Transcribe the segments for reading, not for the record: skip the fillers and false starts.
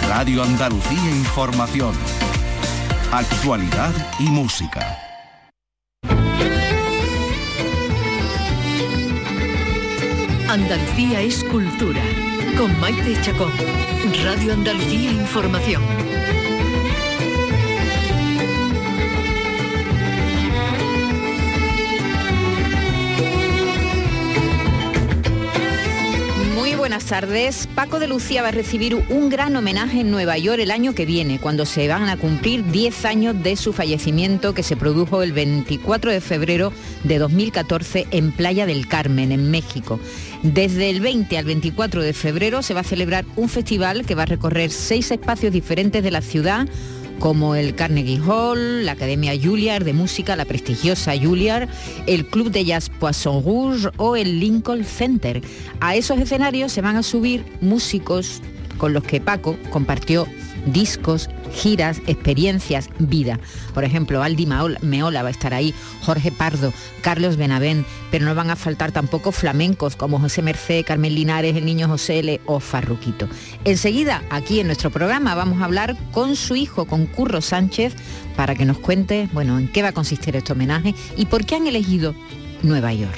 Radio Andalucía Información. Actualidad y música. Andalucía es cultura. Con Maite Chacón. Radio Andalucía Información. Buenas tardes. Paco de Lucía va a recibir un gran homenaje en Nueva York el año que viene, cuando se van a cumplir 10 años de su fallecimiento, que se produjo el 24 de febrero de 2014 en Playa del Carmen, en México. Desde el 20 al 24 de febrero se va a celebrar un festival que va a recorrer 6 espacios diferentes de la ciudad, como el Carnegie Hall, la Academia Juilliard de Música, la prestigiosa Juilliard, el Club de Jazz Poisson Rouge o el Lincoln Center. A esos escenarios se van a subir músicos con los que Paco compartió discos, giras, experiencias, vida. Por ejemplo, Aldi Meola va a estar ahí, Jorge Pardo, Carlos Benavent, pero no van a faltar tampoco flamencos como José Mercé, Carmen Linares, el Niño José L. o Farruquito. Enseguida, aquí en nuestro programa, vamos a hablar con su hijo, con Curro Sánchez, para que nos cuente, bueno, en qué va a consistir este homenaje y por qué han elegido Nueva York.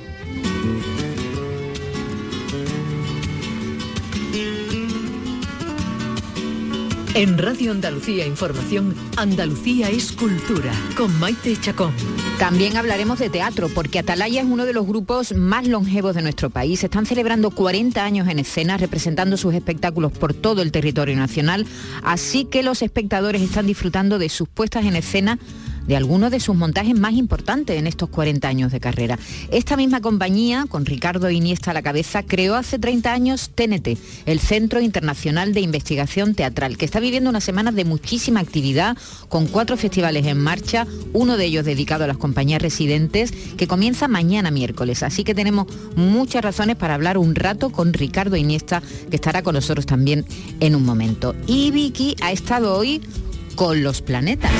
En Radio Andalucía Información, Andalucía es cultura, con Maite Chacón. También hablaremos de teatro, porque Atalaya es uno de los grupos más longevos de nuestro país. Están celebrando 40 años en escena, representando sus espectáculos por todo el territorio nacional, así que los espectadores están disfrutando de sus puestas en escena, de algunos de sus montajes más importantes en estos 40 años de carrera. Esta misma compañía, con Ricardo Iniesta a la cabeza, creó hace 30 años TNT, el Centro Internacional de Investigación Teatral, que está viviendo unas semanas de muchísima actividad, con 4 festivales en marcha, uno de ellos dedicado a las compañías residentes, que comienza mañana miércoles. Así que tenemos muchas razones para hablar un rato con Ricardo Iniesta, que estará con nosotros también en un momento. Y Vicky ha estado hoy con Los Planetas.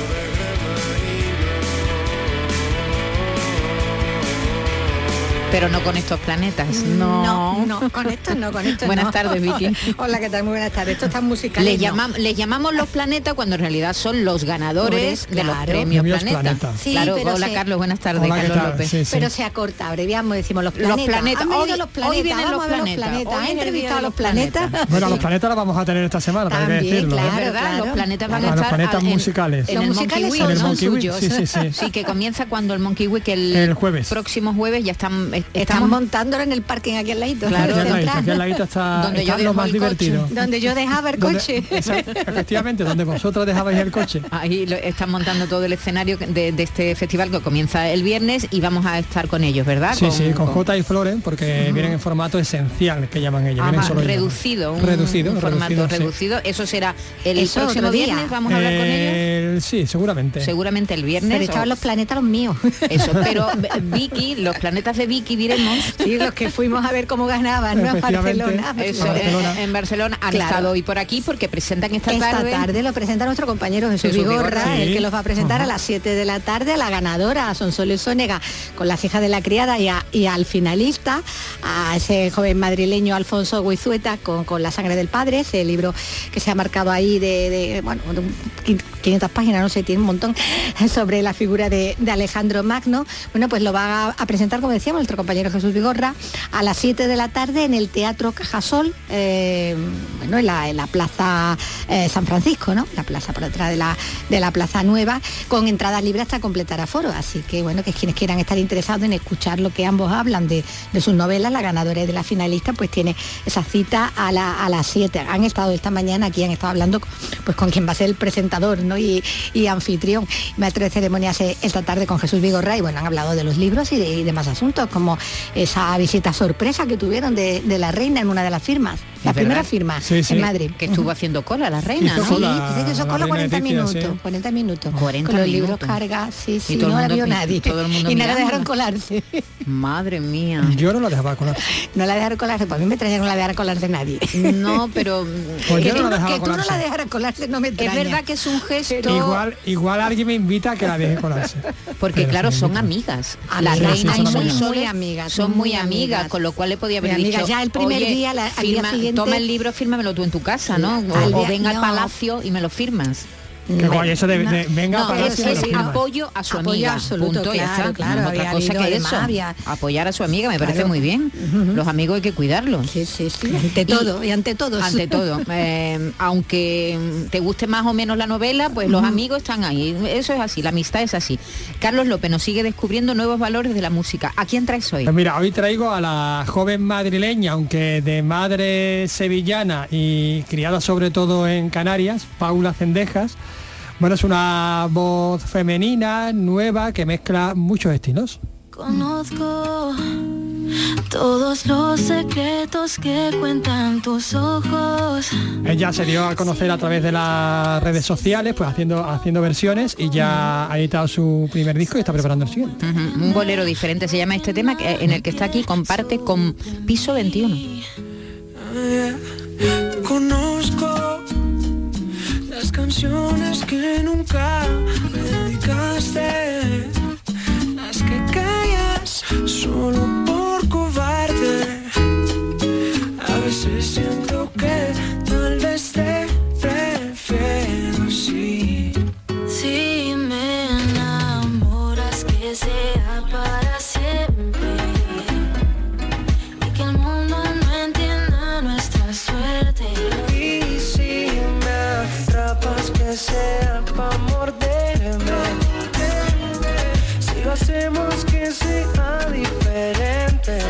Pero no con estos planetas, no. No, con estos no, con estos Buenas no. tardes, Vicky. Hola, ¿qué tal? Muy buenas tardes. Estos están musicales. Les llamamos los planetas cuando en realidad son los ganadores de los claro. premios Planeta. Sí, claro, pero hola Carlos, buenas tardes. Hola, Carlos ¿qué tal? López. Sí, sí. Pero se acorta, abreviamos, decimos los planetas. Los planetas. Hoy vienen los planetas. ¿Has entrevistado a los planetas? Bueno, a los planetas los vamos a tener esta semana, para También, decirlo. claro. Es verdad, los planetas van a A estar los planetas musicales. en Los el musicales Monkey son Week, son Monkey Week, suyos. sí. Que comienza cuando el Monkey Week, el jueves. próximo jueves, ya Están estamos montándolo en el parking aquí al ladito. Claro, Aquí al ladito está, Donde yo está dejo lo más el divertido. coche. Donde yo dejaba el coche. Efectivamente, donde vosotros dejabais el coche. Ahí están montando todo el escenario de este festival que comienza el viernes y vamos a estar con ellos, ¿verdad? Sí, con Jota y Flores, porque vienen en formato esencial, que llaman ellos. Vienen solo reducido, ellos. un formato sí. reducido. Eso será el Eso próximo otro día. viernes, vamos a hablar con ellos. Sí, seguramente. Seguramente el viernes. Pero estaban los planetas los míos. Eso, pero Vicky, los planetas de Vicky, diremos. Sí, los que fuimos a ver cómo ganaban, ¿no? En Barcelona. Eso, en Barcelona han estado hoy por aquí porque presentan esta tarde lo presenta nuestro compañero Jesús Vigorra, sí. el que los va a presentar a las 7 de la tarde a la ganadora, a Sonsoles Sónega, con Las hijas de la criada, y al finalista, a ese joven madrileño Alfonso Goizueta con La sangre del padre, ese libro que se ha marcado ahí de 500 páginas, no sé, tiene un montón, sobre la figura de Alejandro Magno. Bueno, pues lo va a presentar, como decíamos, nuestro compañero Jesús Vigorra, a las 7 de la tarde en el Teatro Cajasol, en la Plaza San Francisco, ¿no? La plaza por detrás de la Plaza Nueva, con entradas libres hasta completar aforo. Así que, bueno, que quienes quieran estar interesados en escuchar lo que ambos hablan de sus novelas, la ganadora y de la finalista, pues tiene esa cita a las 7. Han estado esta mañana aquí, han estado hablando pues con quien va a ser el presentador, ¿no? y anfitrión, maestro de ceremonias esta tarde, con Jesús Vigorra, y bueno, han hablado de los libros y demás asuntos, como esa visita sorpresa que tuvieron de la reina en una de las firmas, la primera firma en Madrid. Que estuvo haciendo cola la reina, ¿no? Sí, dice que hizo cola 40 minutos, sí. 40 minutos. 40 con los minutos. libros carga, sí, Y todo no el la vio mundo, nadie. todo el mundo y no la mirándola. dejaron colarse. Madre mía. Yo no la dejaba colar. No la dejaron colarse, pues a mí me traía que no la dejara colarse nadie. No, pero Pues que yo no la dejaba tú no colarse. la dejaras colarse no me extraña. es verdad que es un gesto. Igual alguien me invita a que la deje colarse. Porque Pero claro, sí, son invita. amigas. Amigas, La reina sí, y son Sonsoles amigas. muy amigas, son muy amigas, con lo cual le podía haber Muy dicho, amigas. Ya el primer oye, día, al día firma, siguiente, siguiente... Toma el libro, fírmamelo tú en tu casa, ¿no? O ven al Palacio y me lo firmas. Qué guay, eso de venga no, para es apoyo a su amiga, absoluto, punto, claro, ya está. claro, No, otra cosa que eso, apoyar a su amiga me parece muy bien. Los amigos hay que cuidarlos. Sí, ante todo y ante todos. Ante todo, aunque te guste más o menos la novela, pues los amigos están ahí, eso es así, la amistad es así. Carlos López nos sigue descubriendo nuevos valores de la música. ¿A quién traes hoy? Pues mira, hoy traigo a la joven madrileña, aunque de madre sevillana y criada sobre todo en Canarias, Paula Cendejas. Bueno, es una voz femenina, nueva, que mezcla muchos estilos. Conozco todos los secretos que cuentan tus ojos. Ella se dio a conocer a través de las redes sociales, pues haciendo versiones, y ya ha editado su primer disco y está preparando el siguiente. Un bolero diferente se llama este tema, en el que está aquí, comparte con Piso 21. Conozco las canciones que nunca me dedicaste, las que callas solo por cobarde. A veces siento que tal vez te prefiero, sí. Si me enamoras, que sea para siempre, y que el mundo no entienda nuestra suerte. Y si me atrapas, que sea para morderme. Si lo hacemos, que sea diferente.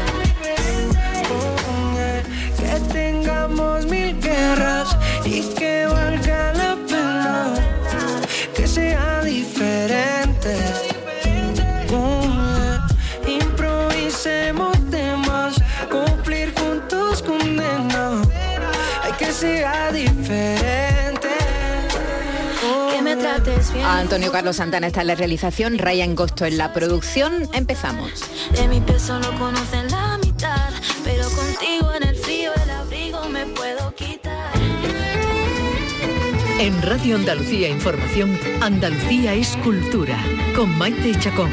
Que tengamos 1000 guerras y que valga la pena. Que sea diferente. Improvisemos temas, cumplir juntos condena. Hay que sea diferente. Que me trates bien. Antonio Carlos Santana está en la realización, Ryan Gosto en la producción. Empezamos. De mi peso no conocen la mitad, pero contigo en el frío el abrigo me puedo quitar. En Radio Andalucía Información, Andalucía es cultura, con Maite Chacón.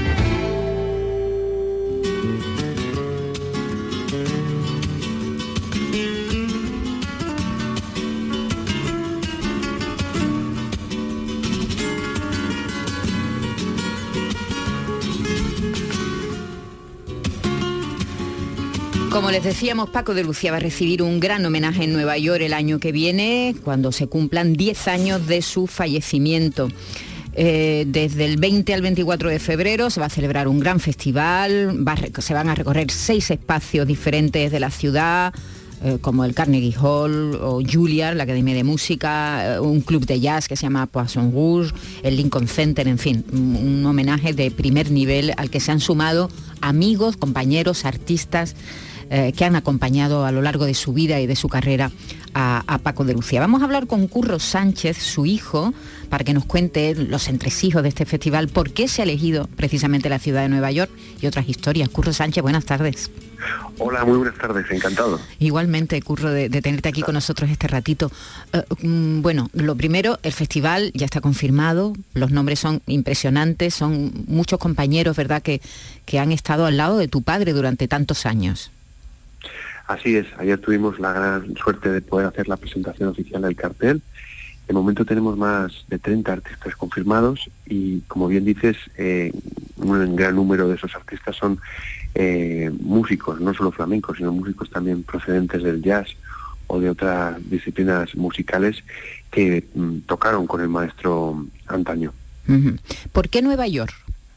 Como les decíamos, Paco de Lucía va a recibir un gran homenaje en Nueva York el año que viene, cuando se cumplan 10 años de su fallecimiento. Desde el 20 al 24 de febrero se va a celebrar un gran festival, se van a recorrer 6 espacios diferentes de la ciudad, como el Carnegie Hall o Juilliard, la Academia de Música, un club de jazz que se llama Poisson Rouge, el Lincoln Center, en fin, un homenaje de primer nivel al que se han sumado amigos, compañeros, artistas que han acompañado a lo largo de su vida y de su carrera a Paco de Lucía. Vamos a hablar con Curro Sánchez, su hijo, para que nos cuente los entresijos de este festival, por qué se ha elegido precisamente la ciudad de Nueva York y otras historias. Curro Sánchez, buenas tardes. Hola, muy buenas tardes, encantado. Igualmente, Curro, de tenerte aquí con nosotros este ratito. Bueno, lo primero, el festival ya está confirmado, los nombres son impresionantes, son muchos compañeros, ¿verdad?, que han estado al lado de tu padre durante tantos años. Así es, ayer tuvimos la gran suerte de poder hacer la presentación oficial del cartel. De momento tenemos más de 30 artistas confirmados y, como bien dices, un gran número de esos artistas son músicos, no solo flamencos, sino músicos también procedentes del jazz o de otras disciplinas musicales que tocaron con el maestro antaño. ¿Por qué Nueva York?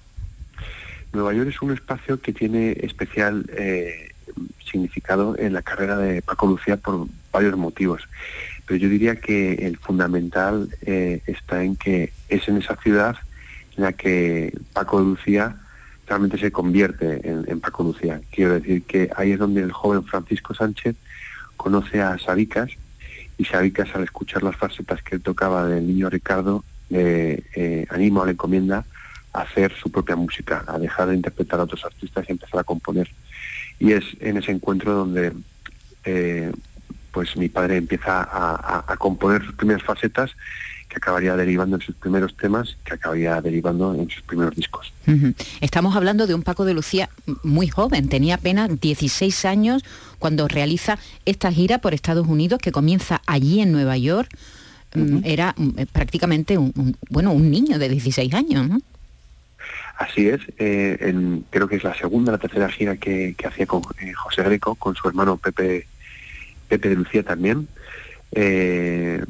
Nueva York es un espacio que tiene especial significado en la carrera de Paco Lucía por varios motivos, pero yo diría que el fundamental está en que es en esa ciudad en la que Paco de Lucía realmente se convierte en Paco Lucía. Quiero decir que ahí es donde el joven Francisco Sánchez conoce a Sabicas, y Sabicas, al escuchar las facetas que él tocaba del niño Ricardo, le anima o le encomienda a hacer su propia música, a dejar de interpretar a otros artistas y empezar a componer. Y es en ese encuentro donde pues mi padre empieza a componer sus primeras facetas, que acabaría derivando en sus primeros temas, que acabaría derivando en sus primeros discos. Estamos hablando de un Paco de Lucía muy joven, tenía apenas 16 años cuando realiza esta gira por Estados Unidos, que comienza allí en Nueva York. Era prácticamente un niño de 16 años, ¿no? Así es, creo que es la segunda o la tercera gira que hacía con José Greco, con su hermano Pepe de Lucía también. En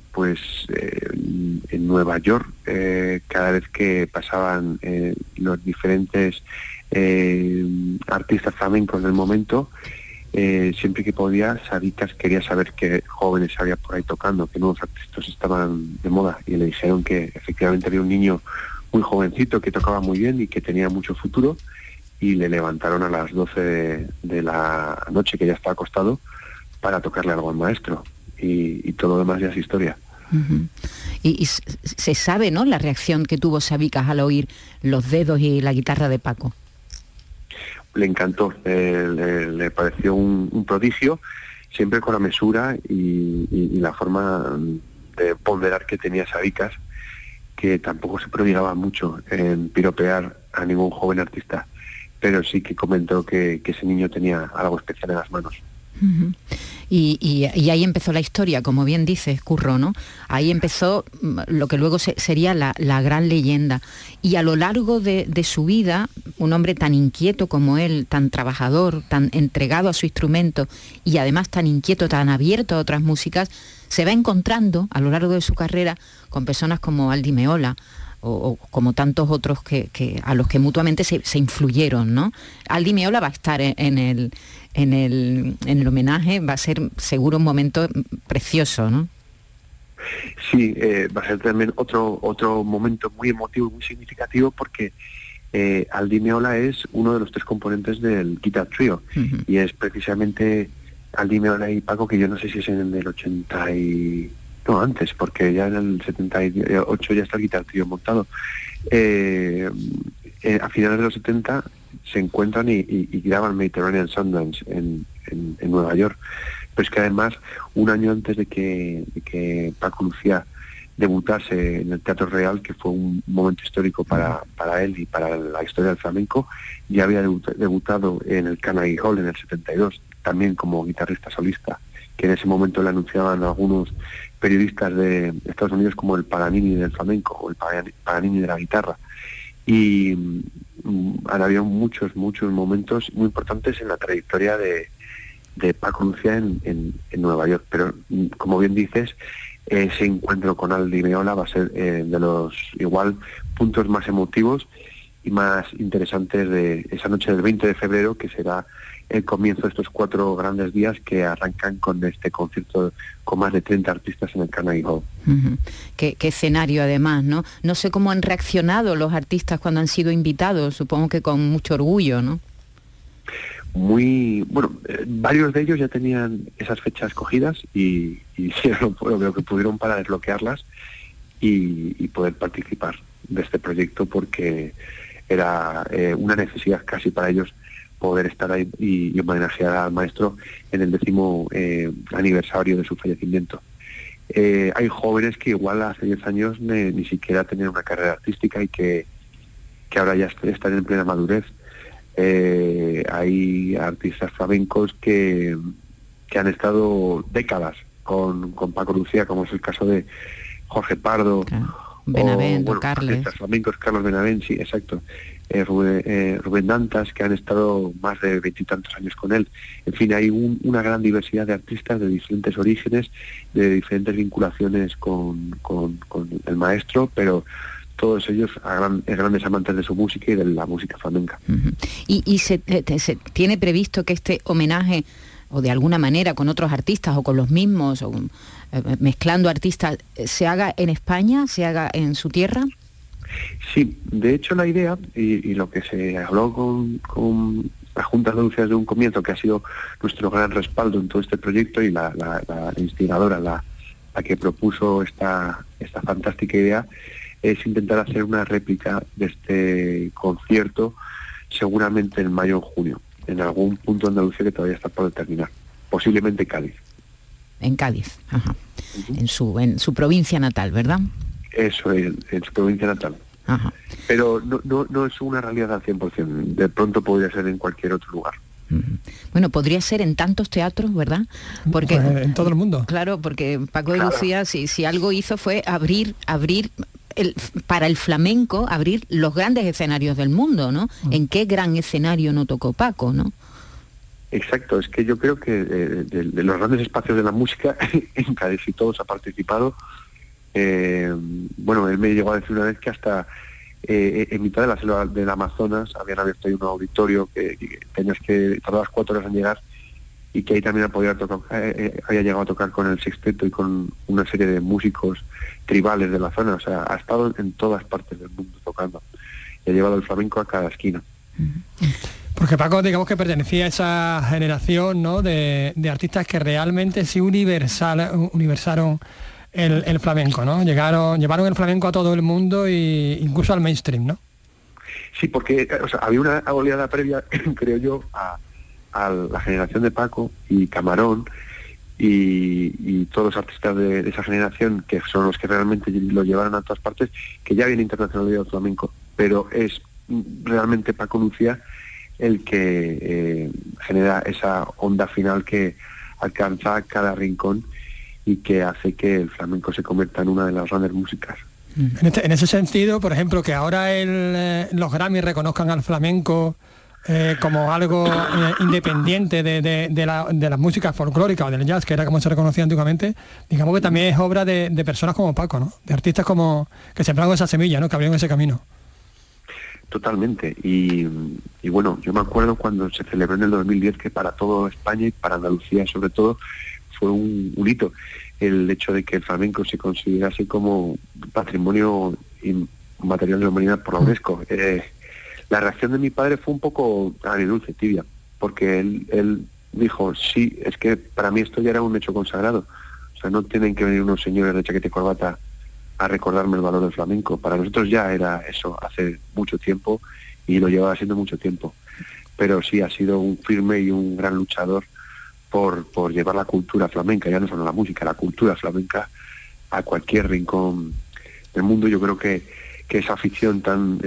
Nueva York, cada vez que pasaban los diferentes artistas flamencos del momento, siempre que podía, Sabicas quería saber qué jóvenes había por ahí tocando, qué nuevos artistas estaban de moda, y le dijeron que efectivamente había un niño muy jovencito que tocaba muy bien y que tenía mucho futuro, y le levantaron a las 12 de la noche, que ya estaba acostado, para tocarle algo al maestro. Y todo lo demás ya es historia. Y se sabe, ¿no?, la reacción que tuvo Sabicas al oír los dedos y la guitarra de Paco. Le encantó, le pareció un prodigio, siempre con la mesura y la forma de ponderar que tenía Sabicas, que tampoco se prodigaba mucho en piropear a ningún joven artista, pero sí que comentó que ese niño tenía algo especial en las manos. Y ahí empezó la historia, como bien dices, Curro, ¿no? Ahí empezó lo que luego sería la gran leyenda. Y a lo largo de su vida, un hombre tan inquieto como él, tan trabajador, tan entregado a su instrumento y además tan inquieto, tan abierto a otras músicas, se va encontrando a lo largo de su carrera con personas como Aldi Meola o como tantos otros que a los que mutuamente se influyeron, ¿no? Aldi Meola va a estar en el homenaje, va a ser seguro un momento precioso, ¿no? Sí, va a ser también otro momento muy emotivo y muy significativo, porque Aldi Meola es uno de los 3 componentes del Guitar Trio, y es precisamente Aldi Meola y Paco, que yo no sé si es en el 80 no, antes, porque ya en el 78 ya está el Guitar Trio montado. A finales de los 70 se encuentran y graban Mediterranean Sundance en Nueva York. Pero es que además, un año antes de que Paco Lucía debutase en el Teatro Real, que fue un momento histórico para él y para la historia del flamenco, ya había debutado en el Carnegie Hall en el 72, también como guitarrista solista, que en ese momento le anunciaban algunos periodistas de Estados Unidos como el Paganini del flamenco, o el Paganini de la guitarra. Y han habido muchos momentos muy importantes en la trayectoria de Paco Lucía en Nueva York. Pero, como bien dices, ese encuentro con Aldi Meola va a ser de los igual puntos más emotivos y más interesantes de esa noche del 20 de febrero, que será el comienzo de estos 4 grandes días que arrancan con este concierto con más de 30 artistas en el Carnegie Hall. Qué escenario, además, ¿no? No sé cómo han reaccionado los artistas cuando han sido invitados, supongo que con mucho orgullo, ¿no? Muy bueno, varios de ellos ya tenían esas fechas escogidas y hicieron lo que pudieron para desbloquearlas y poder participar de este proyecto, porque era una necesidad casi para ellos poder estar ahí y homenajear al maestro en el 10º aniversario de su fallecimiento. Hay jóvenes que igual hace 10 años ni siquiera tenían una carrera artística y que ahora ya están en plena madurez. Hay artistas flamencos que han estado décadas con Paco Lucía, como es el caso de Jorge Pardo, Benavent, o Carles. Artistas flamencos, Carlos Benavent, sí, exacto. Rubén Dantas, que han estado más de 20 y tantos años con él. En fin, hay una gran diversidad de artistas de diferentes orígenes, de diferentes vinculaciones con el maestro, pero todos ellos grandes amantes de su música y de la música flamenca. ¿Y se tiene previsto que este homenaje, o de alguna manera con otros artistas o con los mismos, o mezclando artistas, se haga en España, se haga en su tierra? Sí, de hecho la idea y lo que se habló con la Junta de Andalucía desde un comienzo, que ha sido nuestro gran respaldo en todo este proyecto, y la instigadora, la que propuso esta fantástica idea, es intentar hacer una réplica de este concierto seguramente en mayo o junio, en algún punto de Andalucía que todavía está por determinar, posiblemente Cádiz. En Cádiz, ajá. En su provincia natal, ¿verdad? Eso es, en su provincia natal. Ajá. Pero no es una realidad al 100%, de pronto podría ser en cualquier otro lugar. Bueno, podría ser en tantos teatros, ¿verdad? Porque pues en todo el mundo. Claro, porque Paco de Lucía, si algo hizo fue abrir para el flamenco, abrir los grandes escenarios del mundo, ¿no? ¿En qué gran escenario no tocó Paco, no? Exacto, es que yo creo que de los grandes espacios de la música, en casi todos ha participado. Bueno, él me llegó a decir una vez que hasta en mitad de la selva del Amazonas habían abierto ahí un auditorio que tenías que tardabas 4 horas en llegar, y que ahí también había llegado a tocar con el sexteto y con una serie de músicos tribales de la zona. O sea, ha estado en todas partes del mundo tocando y ha llevado el flamenco a cada esquina. Porque Paco, digamos que pertenecía a esa generación, ¿no?, de artistas que realmente sí universaron el flamenco, ¿no? Llevaron el flamenco a todo el mundo e incluso al mainstream, ¿no? Sí, porque había una oleada previa, creo yo, a la generación de Paco y Camarón y todos los artistas de esa generación, que son los que realmente lo llevaron a todas partes, que ya habían internacionalizado el flamenco, pero es realmente Paco Lucía el que genera esa onda final que alcanza cada rincón y que hace que el flamenco se convierta en una de las grandes músicas. En ese sentido, por ejemplo, que ahora los Grammy reconozcan al flamenco como algo independiente de las músicas folclóricas o del jazz, que era como se reconocía antiguamente, digamos que también es obra de personas como Paco, ¿no? De artistas como que sembraron esa semilla, ¿no?, que abrieron ese camino. Totalmente, y bueno, yo me acuerdo cuando se celebró en el 2010 que para toda España y para Andalucía sobre todo fue un hito el hecho de que el flamenco se considerase como patrimonio inmaterial de la humanidad por la UNESCO. La reacción de mi padre fue un poco agridulce, tibia, porque él dijo, sí, es que para mí esto ya era un hecho consagrado. O sea, no tienen que venir unos señores de chaqueta y corbata a recordarme el valor del flamenco. Para nosotros ya era eso hace mucho tiempo y lo llevaba siendo mucho tiempo. Pero sí, ha sido un firme y un gran luchador por llevar la cultura flamenca, ya no solo la música, la cultura flamenca a cualquier rincón del mundo. Yo creo que esa afición tan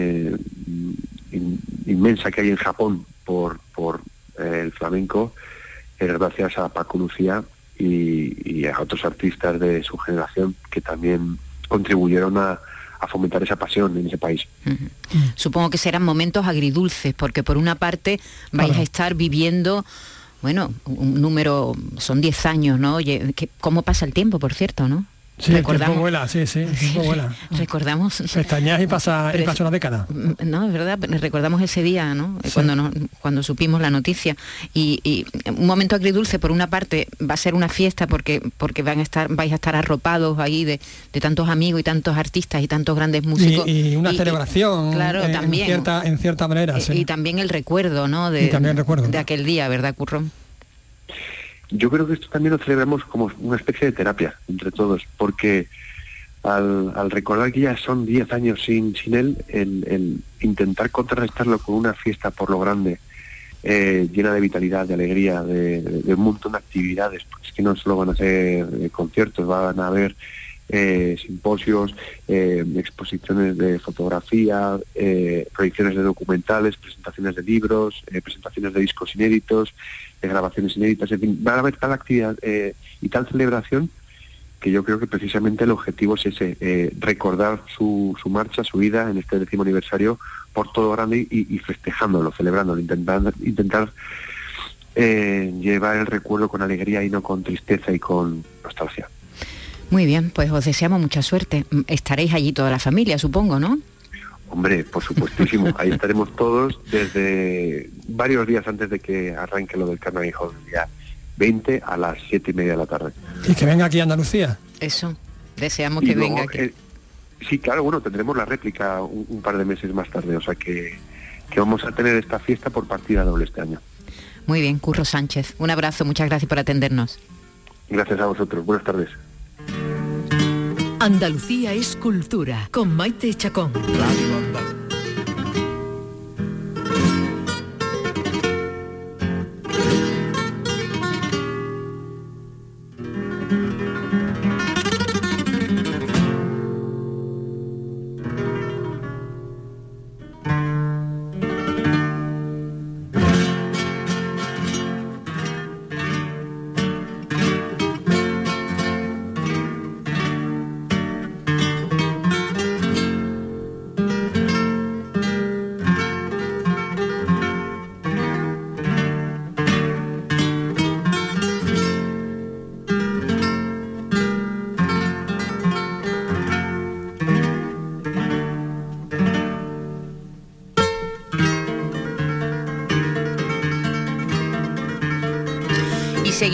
inmensa que hay en Japón por el flamenco es gracias a Paco Lucía y a otros artistas de su generación que también contribuyeron a fomentar esa pasión en ese país. Supongo que serán momentos agridulces, porque por una parte vais a estar viviendo, bueno, un número, son 10 años, ¿no? Oye, ¿cómo pasa el tiempo, por cierto, no? Sí, el tiempo vuela, sí, el tiempo vuela. Recordamos... Pestañas y pasa una década. No, es verdad, recordamos ese día, ¿no? Sí. Cuando supimos la noticia. Y un momento agridulce, por una parte, va a ser una fiesta porque vais a estar arropados ahí de tantos amigos y tantos artistas y tantos grandes músicos. Y una celebración, claro, también, en cierta manera. Sí. Y también el recuerdo, ¿no? De aquel día, ¿verdad, Currón? Yo creo que esto también lo celebramos como una especie de terapia entre todos, porque al recordar que ya son 10 años sin él, el intentar contrarrestarlo con una fiesta por lo grande, llena de vitalidad, de alegría, de un montón de actividades, porque es que no solo van a ser conciertos, van a haber simposios, exposiciones de fotografía, proyecciones de documentales, presentaciones de libros, presentaciones de discos inéditos, de grabaciones inéditas, en fin, va a haber tal actividad y tal celebración que yo creo que precisamente el objetivo es ese, recordar su marcha, su vida en este 10º aniversario por todo grande y festejándolo, celebrándolo, intentar llevar el recuerdo con alegría y no con tristeza y con nostalgia. Muy bien, pues os deseamos mucha suerte. Estaréis allí toda la familia, supongo, ¿no? Hombre, por supuestísimo. Ahí estaremos todos desde varios días antes de que arranque lo del Carnaval, el día 20 a las 7:30 de la tarde. Y que venga aquí a Andalucía. Eso, deseamos que venga aquí. Sí, claro, bueno, tendremos la réplica un par de meses más tarde, o sea que vamos a tener esta fiesta por partida doble este año. Muy bien, Curro Sánchez. Un abrazo, muchas gracias por atendernos. Gracias a vosotros, buenas tardes. Andalucía es cultura, con Maite Chacón. Radio Andalucía.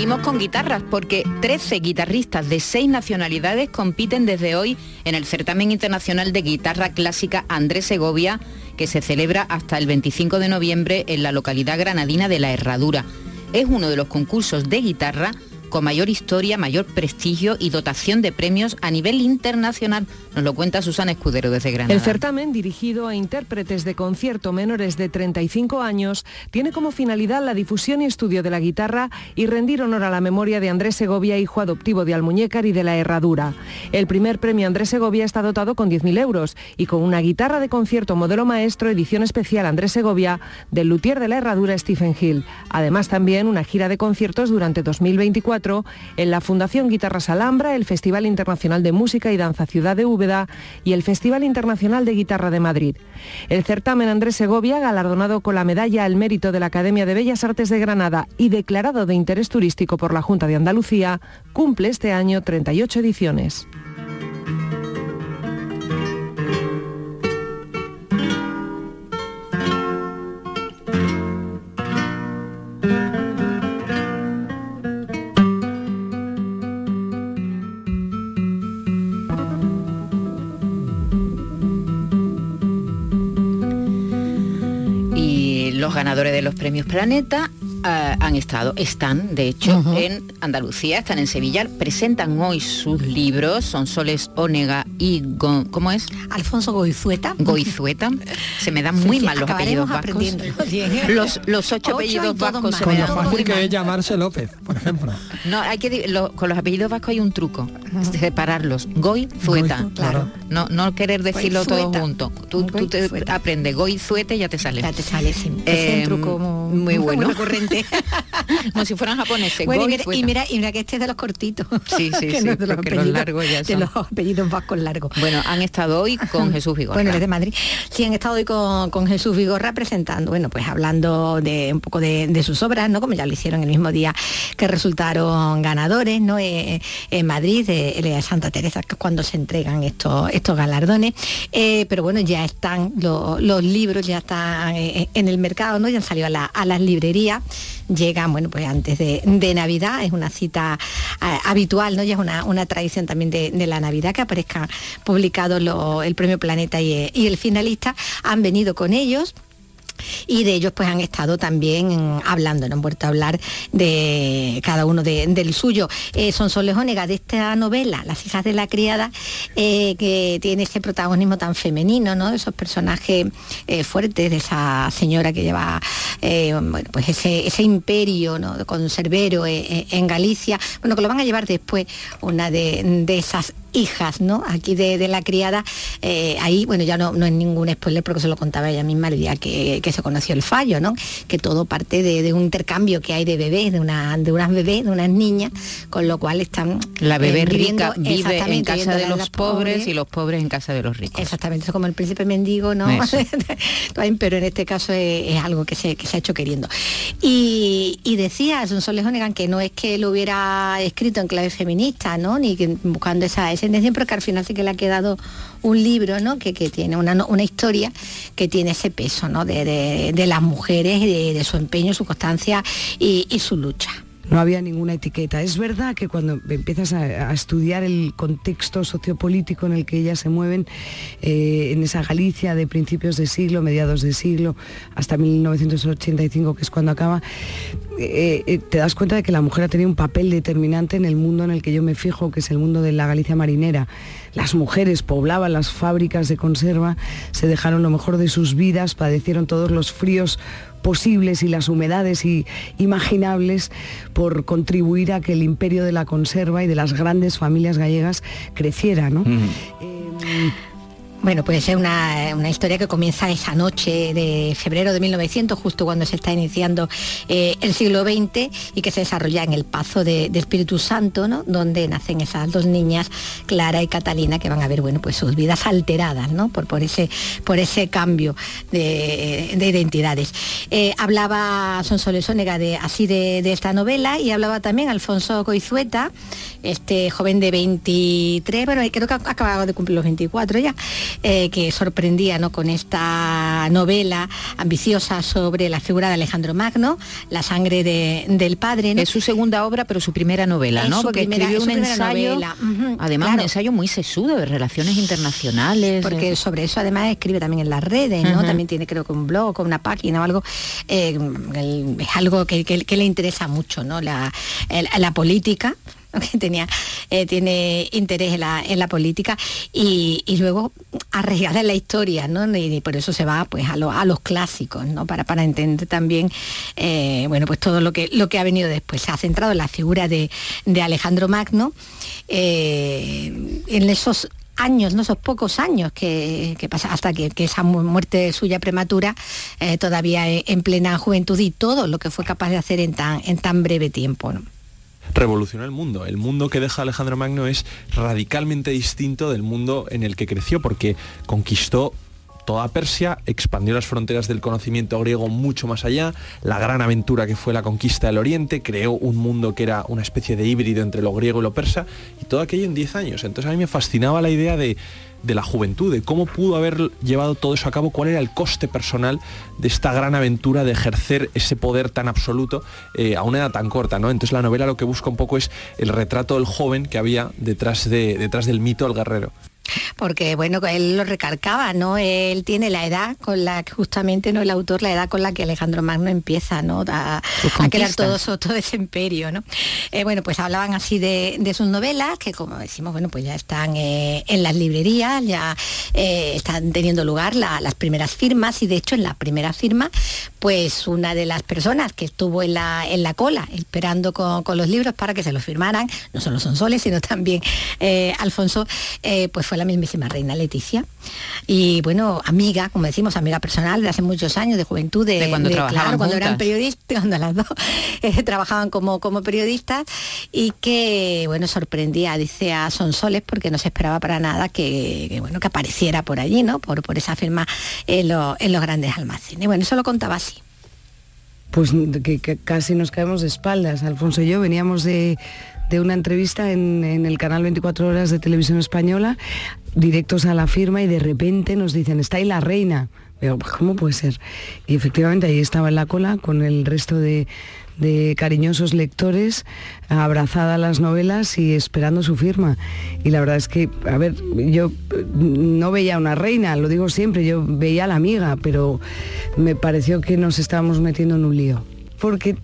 seguimos con guitarras porque 13 guitarristas de 6 nacionalidades compiten desde hoy en el certamen internacional de guitarra clásica Andrés Segovia, que se celebra hasta el 25 de noviembre en la localidad granadina de La Herradura. Es uno de los concursos de guitarra con mayor historia, mayor prestigio y dotación de premios a nivel internacional. Nos lo cuenta Susana Escudero desde Granada. El certamen, dirigido a intérpretes de concierto menores de 35 años, tiene como finalidad la difusión y estudio de la guitarra y rendir honor a la memoria de Andrés Segovia, hijo adoptivo de Almuñécar y de La Herradura. El primer premio Andrés Segovia está dotado con 10.000 euros y con una guitarra de concierto modelo maestro edición especial Andrés Segovia del luthier de La Herradura, Stephen Hill. Además, también una gira de conciertos durante 2024 en la Fundación Guitarras Alhambra, el Festival Internacional de Música y Danza Ciudad de Úbeda y el Festival Internacional de Guitarra de Madrid. El certamen Andrés Segovia, galardonado con la Medalla al Mérito de la Academia de Bellas Artes de Granada y declarado de interés turístico por la Junta de Andalucía, cumple este año 38 ediciones. Los ganadores de los premios Planeta están de hecho en Andalucía, están en Sevilla, presentan hoy sus libros, Sonsoles Onega y ¿cómo es? Alfonso Goizueta. Se me dan muy mal los apellidos vascos. Los 8 apellidos vascos se me dan muy mal. Fácil que es llamarse López, por ejemplo. No, hay que con los apellidos vascos hay un truco, separarlos. Goizueta, claro. No querer decirlo todo junto. Tú te aprendes Goizueta y ya te sale. Ya te sale, sí. Es un truco muy bueno. Muy recurrente. Como si fueran japoneses. Bueno, y mira que este es de los cortitos. Sí, que no es de los apellidos largos ya son. De los apellidos vascos largos. Bueno, han estado hoy con Jesús Vigorra. Bueno, desde Madrid. Sí, han estado hoy con Jesús Vigorra presentando, bueno, pues hablando de un poco de sus obras, ¿no? Como ya lo hicieron el mismo día que resultaron ganadores, ¿no? En Madrid, de Santa Teresa, que es cuando se entregan estos galardones. Pero bueno, ya están los libros, ya están en el mercado, ¿no? Ya han salido a las librerías. Llegan, bueno, pues antes de Navidad, es una cita habitual, ¿no? Ya es una tradición también de la Navidad que aparezcan publicados el Premio Planeta y el finalista. Han venido con ellos. Y de ellos pues han estado también hablando, no han vuelto a hablar de cada uno del suyo. Sonsoles Onega, de esta novela, Las hijas de la criada, que tiene ese protagonismo tan femenino, ¿no? Esos personajes fuertes, de esa señora que lleva bueno, pues ese imperio, ¿no? Conservero en Galicia, bueno, que lo van a llevar después una de esas hijas, ¿no? Aquí de la criada, ahí, bueno, ya no es ningún spoiler porque se lo contaba ella misma el día que se conoció el fallo, ¿no? Que todo parte de un intercambio que hay de bebés, de unas bebés, de unas niñas, con lo cual están... La bebé rica vive en casa de los pobres y los pobres en casa de los ricos. Exactamente, eso como el príncipe mendigo, ¿no? Pero en este caso es algo que se ha hecho queriendo. Y decía Sonsoles Onega que no es que lo hubiera escrito en clave feminista, ¿no? Ni que buscando esa intención, pero que al final sí que le ha quedado un libro, ¿no? Que tiene una historia que tiene ese peso, ¿no? De las mujeres, de su empeño, su constancia y su lucha. No había ninguna etiqueta. Es verdad que cuando empiezas a estudiar el contexto sociopolítico en el que ellas se mueven, en esa Galicia de principios de siglo, mediados de siglo, hasta 1985, que es cuando acaba, te das cuenta de que la mujer ha tenido un papel determinante en el mundo en el que yo me fijo, que es el mundo de la Galicia marinera. Las mujeres poblaban las fábricas de conserva, se dejaron lo mejor de sus vidas, padecieron todos los fríos posibles y las humedades imaginables por contribuir a que el imperio de la conserva y de las grandes familias gallegas creciera, ¿no? Bueno, pues es una historia que comienza esa noche de febrero de 1900, justo cuando se está iniciando el siglo XX, y que se desarrolla en el Pazo de Espíritu Santo, ¿no? Donde nacen esas dos niñas, Clara y Catalina, que van a ver, bueno, pues sus vidas alteradas, ¿no? Por ese cambio de identidades. Hablaba Sonsoles Onega de esta novela, y hablaba también Alfonso Goizueta, este joven de 23, bueno, creo que ha acabado de cumplir los 24 ya, que sorprendía, ¿no?, con esta novela ambiciosa sobre la figura de Alejandro Magno, La sangre del padre, ¿no? Es su segunda obra, pero su primera novela, ¿no? Porque escribió un ensayo, además un ensayo muy sesudo de relaciones internacionales. Porque sobre eso además escribe también en las redes, ¿no? También tiene, creo que un blog o una página o algo. Es algo que le interesa mucho, ¿no? La política, que tiene interés en la política y luego arraigada en la historia, ¿no? Y por eso se va pues a los clásicos, ¿no? Para entender también pues todo lo que ha venido después. Se ha centrado en la figura de Alejandro Magno en esos años, no esos pocos años que pasa hasta que esa muerte suya prematura, todavía en plena juventud, y todo lo que fue capaz de hacer en tan breve tiempo, ¿no? Revolucionó el mundo que deja Alejandro Magno es radicalmente distinto del mundo en el que creció, porque conquistó toda Persia, expandió las fronteras del conocimiento griego mucho más allá, la gran aventura que fue la conquista del Oriente, creó un mundo que era una especie de híbrido entre lo griego y lo persa, y todo aquello en 10 años. Entonces a mí me fascinaba la idea de la juventud, de cómo pudo haber llevado todo eso a cabo, cuál era el coste personal de esta gran aventura de ejercer ese poder tan absoluto a una edad tan corta, ¿no? Entonces la novela lo que busca un poco es el retrato del joven que había detrás del mito del guerrero. Porque bueno, él lo recalcaba, ¿no? Él tiene la edad con la que justamente, ¿no?, el autor, la edad con la que Alejandro Magno empieza, ¿no?, a crear todo ese imperio, ¿no? Pues hablaban así de sus novelas, que como decimos, bueno, pues ya están en las librerías, ya están teniendo lugar las primeras firmas, y de hecho en la primera firma, pues una de las personas que estuvo en la cola esperando con los libros para que se los firmaran, no solo Sonsoles, sino también Alfonso, pues fue la mismísima reina Leticia, y bueno, amiga, como decimos, amiga personal de hace muchos años, de juventud, de cuando trabajaban cuando juntas. eran periodistas, cuando las dos trabajaban como periodistas, y que bueno, sorprendía, dice, a Sonsoles, porque no se esperaba para nada que apareciera por allí, ¿no?, por esa firma en los grandes almacenes. Bueno, eso lo contaba así. Pues que casi nos caemos de espaldas. Alfonso y yo veníamos de una entrevista en el canal 24 Horas de Televisión Española, directos a la firma, y de repente nos dicen, está ahí la reina. Pero, ¿cómo puede ser? Y efectivamente ahí estaba en la cola con el resto de cariñosos lectores, abrazada a las novelas y esperando su firma. Y la verdad es que, a ver, yo no veía a una reina, lo digo siempre, yo veía a la amiga, pero me pareció que nos estábamos metiendo en un lío. Porque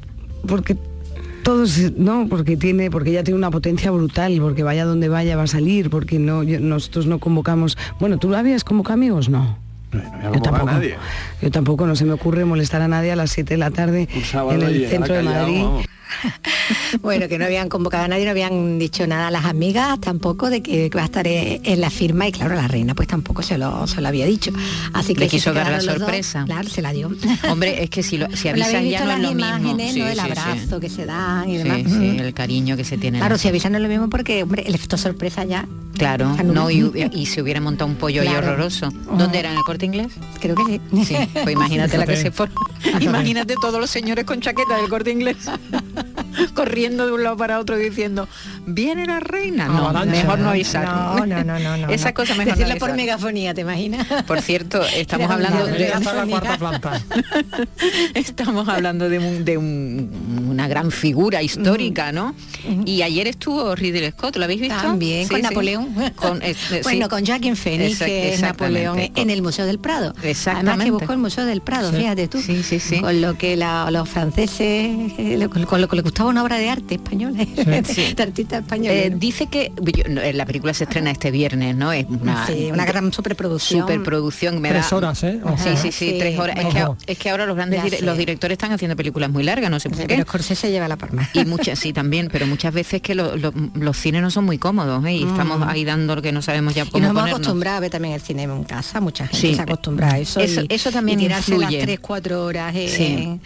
todos, no, porque ella tiene una potencia brutal, porque vaya donde vaya va a salir, porque nosotros no convocamos. Bueno, ¿tú habías convocado amigos? No. Yo tampoco. A nadie. Yo tampoco, no se me ocurre molestar a nadie a las 7 de la tarde en el centro de Madrid. Bueno, que no habían convocado a nadie, no habían dicho nada a las amigas tampoco de que va a estar en la firma, y claro, la reina pues tampoco se lo había dicho. Así que le quiso dar la sorpresa. Dos, claro, se la dio. Hombre, es que si avisan ya no es lo mismo. Sí, ¿no? El abrazo que se dan y demás. Sí, el cariño que se tiene. Claro, si avisan no es lo mismo, porque, hombre, el efecto sorpresa ya. Claro, no, y se hubiera montado un pollo ahí horroroso. ¿Dónde era? ¿En el Corte Inglés? Creo que sí. Sí, pues imagínate la que se forma. Imagínate todos los señores con chaqueta del Corte Inglés corriendo de un lado para otro diciendo, ¿viene la reina? No, mejor no avisar. No. Esa cosa mejor decirle no por megafonía, ¿te imaginas? Por cierto, estamos hablando de la cuarta planta. Estamos hablando de una gran figura histórica, ¿no? Y ayer estuvo Ridley Scott, ¿lo habéis visto? También, con Napoleón. Con Joaquin Phoenix, que es Napoleón, en el Museo del Prado. Exactamente. Además que buscó el Museo del Prado, fíjate tú. Sí. Con lo que los franceses, con lo que les gustaba una obra de arte española, de artista español. Dice que la película se estrena este viernes, ¿no? Es una gran superproducción. 3 horas, ¿eh? Ojo. Sí, 3 horas. Es que ahora los directores están haciendo películas muy largas, no sé por qué. Pero Scorsese lleva la palma. Y muchas, sí, también, pero muchas veces que los cines no son muy cómodos, ¿eh? Y estamos ahí dando lo que no sabemos ya cómo ponernos. Y nos hemos acostumbrado a ver también el cine en casa, mucha gente se acostumbra a eso. Eso también y tirarse influye. las 3-4 horas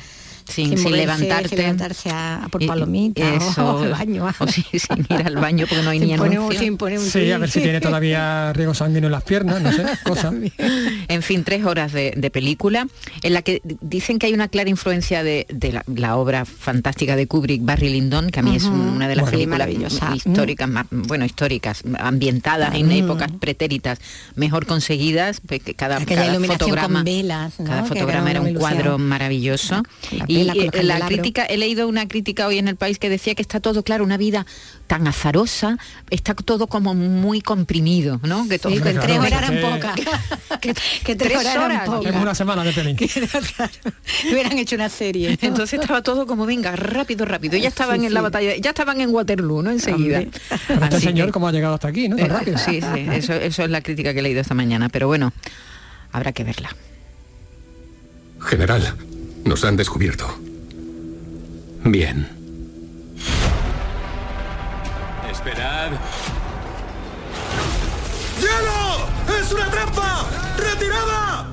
sin moverse, levantarte. sin levantarse a por palomitas o al baño. O sin ir al baño porque no hay ni anuncio. Sin poner un sí, a ver si tiene todavía riego sanguíneo en las piernas, no sé, cosas. En fin, 3 horas de película, en la que dicen que hay una clara influencia de la obra fantástica de Kubrick, Barry Lyndon, que a mí es una de las películas históricas, históricas, ambientadas en épocas pretéritas, mejor conseguidas, que cada fotograma, velas, ¿no? Cada fotograma era un cuadro maravilloso. Y la crítica, he leído una crítica hoy en El País que decía que está todo, claro, una vida tan azarosa, está todo como muy comprimido, ¿no? Que todo, sí, 3 horas eran pocas. que 3 horas eran pocas. Es una semana de peli. Claro, hubieran hecho una serie, ¿no? Entonces estaba todo como, venga, rápido. Ya estaban en la batalla, ya estaban en Waterloo, ¿no? Enseguida. Pero este señor, ¿cómo ha llegado hasta aquí, no? Tan rápido. Sí, eso es la crítica que he leído esta mañana, pero bueno, habrá que verla. General, nos han descubierto. Bien. Esperad. ¡Hielo! ¡Es una trampa! ¡Retirada!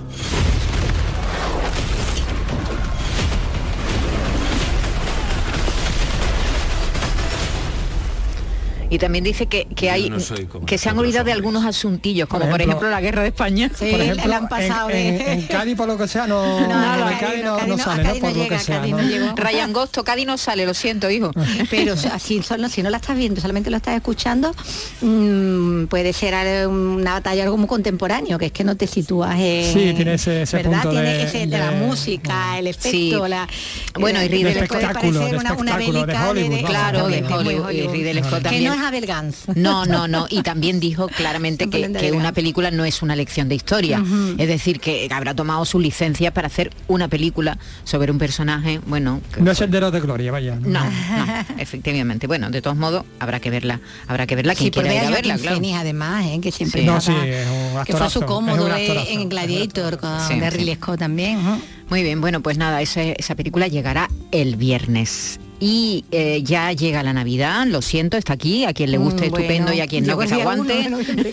Y también dice que hay que se han olvidado de algunos asuntillos, como por ejemplo la guerra de España. Sí, por ejemplo, le han pasado en Cádiz, por lo que sea, no sale, ¿no? Por lo que sea. Ryan Gosto, Cádiz no sale, lo siento, hijo. Pero así solo, si no la estás viendo, solamente lo estás escuchando, puede ser una batalla algo muy contemporáneo, que es que no te sitúas en... Sí, tiene ese ¿verdad? punto tiene ese de la música, el efecto, sí. Bueno, y Ridley puede parecer una bélica de Hollywood, claro, de Hollywood. Y Ridley Scott también. Que no es Abel Gance. No. Y también dijo claramente que una película no es una lección de historia. Es decir, que habrá tomado su licencia para hacer una película sobre un personaje, bueno... No es Sendero de Gloria, vaya. No, efectivamente. Bueno, de todos modos, habrá que verla. Quien quiera ir a verla, claro. Además, que siempre que fue su cómodo en Gladiator con Ridley Scott también. Muy bien, bueno, pues nada, esa película llegará el viernes. Y ya llega la Navidad, lo siento, está aquí, a quien le guste estupendo y a quien no, que se aguante.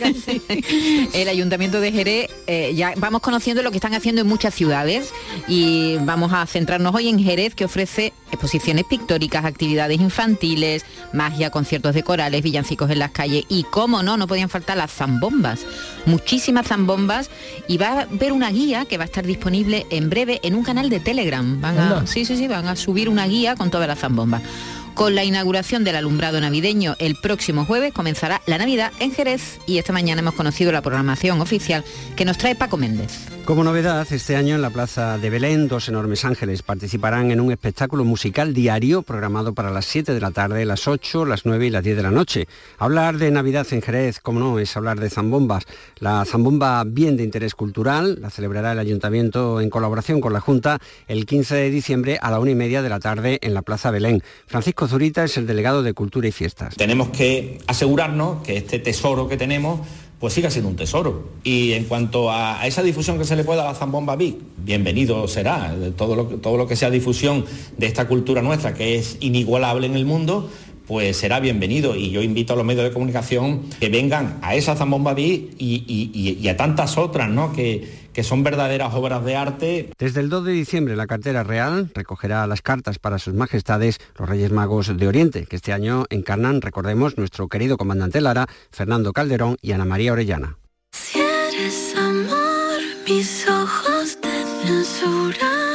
El Ayuntamiento de Jerez, ya vamos conociendo lo que están haciendo en muchas ciudades y vamos a centrarnos hoy en Jerez, que ofrece exposiciones pictóricas, actividades infantiles, magia, conciertos de corales, villancicos en las calles y, cómo no podían faltar las zambombas, muchísimas zambombas, y va a haber una guía que va a estar disponible en breve en un canal de Telegram. Van a subir una guía con todas las zambombas. Con la inauguración del alumbrado navideño el próximo jueves comenzará la Navidad en Jerez y esta mañana hemos conocido la programación oficial que nos trae Paco Méndez. Como novedad, este año en la Plaza de Belén, 2 enormes ángeles participarán en un espectáculo musical diario programado para las 7 de la tarde, las 8, las 9 y las 10 de la noche. Hablar de Navidad en Jerez, como no, es hablar de zambombas. La zambomba bien de interés cultural la celebrará el Ayuntamiento en colaboración con la Junta el 15 de diciembre a la 1:30 de la tarde en la Plaza Belén. Francisco Zurita es el delegado de Cultura y Fiestas. Tenemos que asegurarnos que este tesoro que tenemos pues siga siendo un tesoro. Y en cuanto a esa difusión que se le pueda a la zambomba Big, bienvenido será. Todo lo que sea difusión de esta cultura nuestra, que es inigualable en el mundo, pues será bienvenido. Y yo invito a los medios de comunicación que vengan a esa zambomba Big y a tantas otras, ¿no?, que son verdaderas obras de arte. Desde el 2 de diciembre la cartera real recogerá las cartas para sus majestades los Reyes Magos de Oriente, que este año encarnan, recordemos, nuestro querido comandante Lara, Fernando Calderón y Ana María Orellana. Si eres amor, mis ojos te censuran.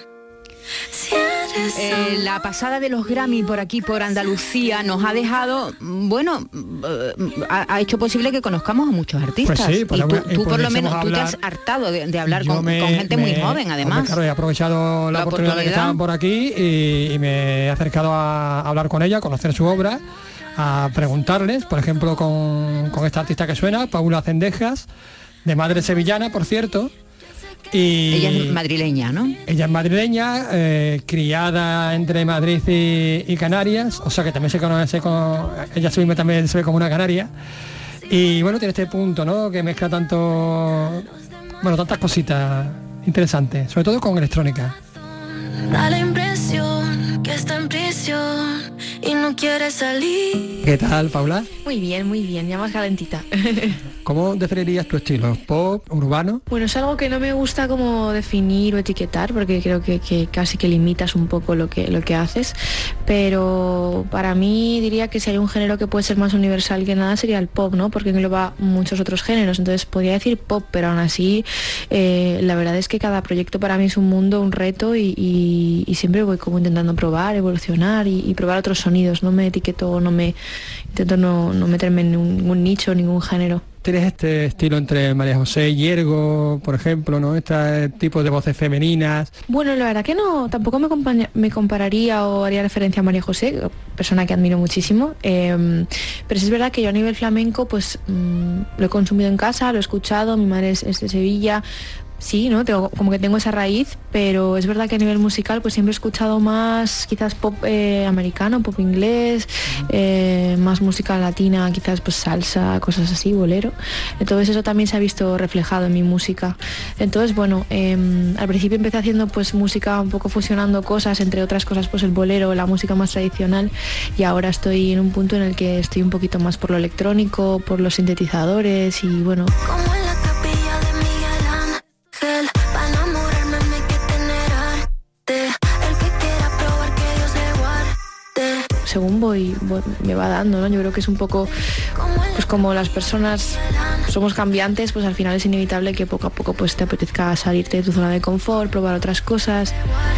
La pasada de los Grammy por aquí, por Andalucía, nos ha dejado, bueno, ha hecho posible que conozcamos a muchos artistas. Pues sí, y tú por lo menos, tú te has hartado de hablar con gente muy joven, además. Claro, he aprovechado la oportunidad de que estaban por aquí y me he acercado a hablar con ella, a conocer su obra, a preguntarles, por ejemplo, con esta artista que suena, Paula Cendejas, de madre sevillana, por cierto. Y ella es madrileña, ¿no? Ella es madrileña, criada entre Madrid y Canarias, o sea que también se conoce ella misma también se ve como una canaria. Y bueno, tiene este punto, ¿no?, que mezcla tantas cositas interesantes, sobre todo con electrónica. Da la impresión que está en prisión y no quiere salir. ¿Qué tal, Paula? Muy bien, ya más calentita. ¿Cómo definirías tu estilo? ¿Pop, urbano? Bueno, es algo que no me gusta como definir o etiquetar, porque creo que casi que limitas un poco lo que haces, pero para mí diría que si hay un género que puede ser más universal que nada sería el pop, ¿no? Porque engloba muchos otros géneros, entonces podría decir pop, pero aún así la verdad es que cada proyecto para mí es un mundo, un reto y siempre voy como intentando probar, evolucionar y probar otros sonidos, no me etiqueto, intento no meterme en ningún nicho, ningún género. ¿Tienes este estilo entre María José y Yergo, por ejemplo, ¿no? Este tipo de voces femeninas. Bueno, la verdad que no, tampoco me compararía o haría referencia a María José, persona que admiro muchísimo, pero sí es verdad que yo a nivel flamenco pues lo he consumido en casa, lo he escuchado, mi madre es de Sevilla. Sí, ¿no? Como que tengo esa raíz, pero es verdad que a nivel musical pues siempre he escuchado más quizás pop americano, pop inglés, más música latina, quizás pues salsa, cosas así, bolero. Entonces eso también se ha visto reflejado en mi música. Entonces, bueno, al principio empecé haciendo pues música un poco fusionando cosas, entre otras cosas pues el bolero, la música más tradicional, y ahora estoy en un punto en el que estoy un poquito más por lo electrónico, por los sintetizadores y bueno. Según me va dando, ¿no? Yo creo que es un poco, pues como las personas somos cambiantes, pues al final es inevitable que poco a poco pues te apetezca salirte de tu zona de confort, probar otras cosas.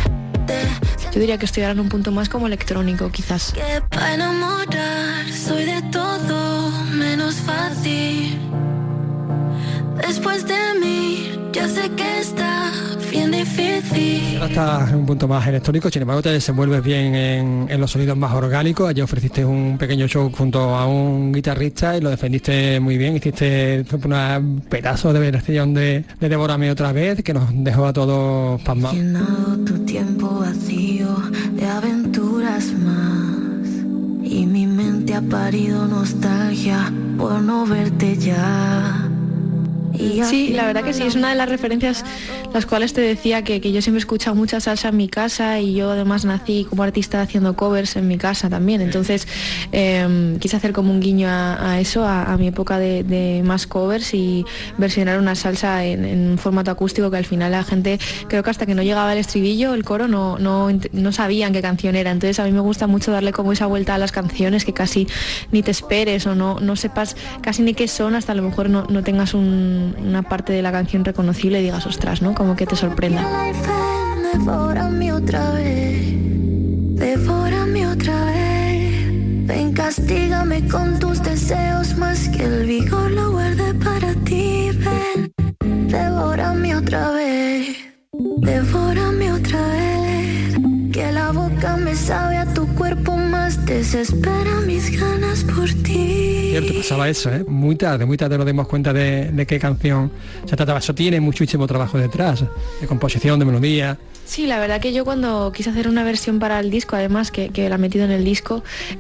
Yo diría que estoy ahora en un punto más como electrónico, quizás. Para enamorar soy de todo menos fácil. Después de mí, ya sé que está bien difícil. Ahora estás en un punto más electrónico, sin embargo te desenvuelves bien en los sonidos más orgánicos. Ayer ofreciste un pequeño show junto a un guitarrista y lo defendiste muy bien. Hiciste un pedazo de versión de Devórame otra vez que nos dejó a todos pasmados. Llenado tu tiempo vacío de aventuras más y mi mente ha parido nostalgia por no verte ya. Sí, la verdad que sí, es una de las referencias las cuales te decía que yo siempre he escuchado mucha salsa en mi casa y yo además nací como artista haciendo covers en mi casa también, entonces quise hacer como un guiño a eso, a mi época de más covers y versionar una salsa en un formato acústico que al final la gente, creo que hasta que no llegaba el estribillo, el coro, no sabían qué canción era, entonces a mí me gusta mucho darle como esa vuelta a las canciones que casi ni te esperes o no sepas casi ni qué son hasta a lo mejor no tengas una parte de la canción reconocible y digas, ostras, ¿no? Como que te sorprenda. Devórame otra vez, devórame otra vez. Ven, castígame con tus deseos más que el vigor lo guardé para ti. Ven, devórame otra vez, devórame otra vez. Que la boca me sabe a tu cuerpo más, desespera mis ganas por ti. Cierto, pasaba eso, ¿eh? Muy tarde nos dimos cuenta de qué canción se trataba. Eso tiene muchísimo trabajo detrás, de composición, de melodía. Sí, la verdad que yo cuando quise hacer una versión para el disco, además que la he metido en el disco,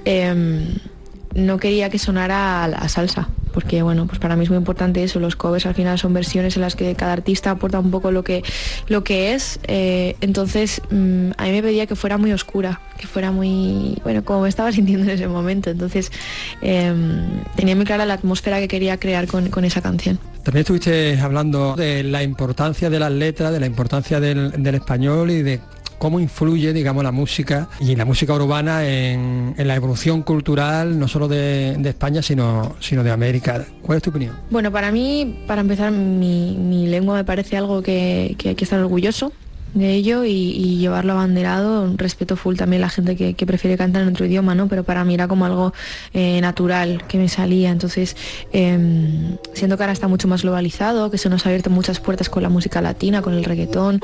no quería que sonara a salsa, porque bueno, pues para mí es muy importante eso, los covers al final son versiones en las que cada artista aporta un poco lo que es, entonces a mí me pedía que fuera muy oscura, que fuera muy, bueno, como me estaba sintiendo en ese momento, entonces tenía muy clara la atmósfera que quería crear con esa canción. También estuviste hablando de la importancia de las letras, de la importancia del español y de cómo influye, digamos, la música y la música urbana en la evolución cultural, no solo de España, sino de América. ¿Cuál es tu opinión? Bueno, para mí, para empezar, mi lengua me parece algo que hay que estar orgulloso de ello y llevarlo abanderado. Respeto full también la gente que prefiere cantar en otro idioma, ¿no? Pero para mí era como algo natural que me salía. Entonces, siento que ahora está mucho más globalizado, que se nos ha abierto muchas puertas con la música latina, con el reggaetón.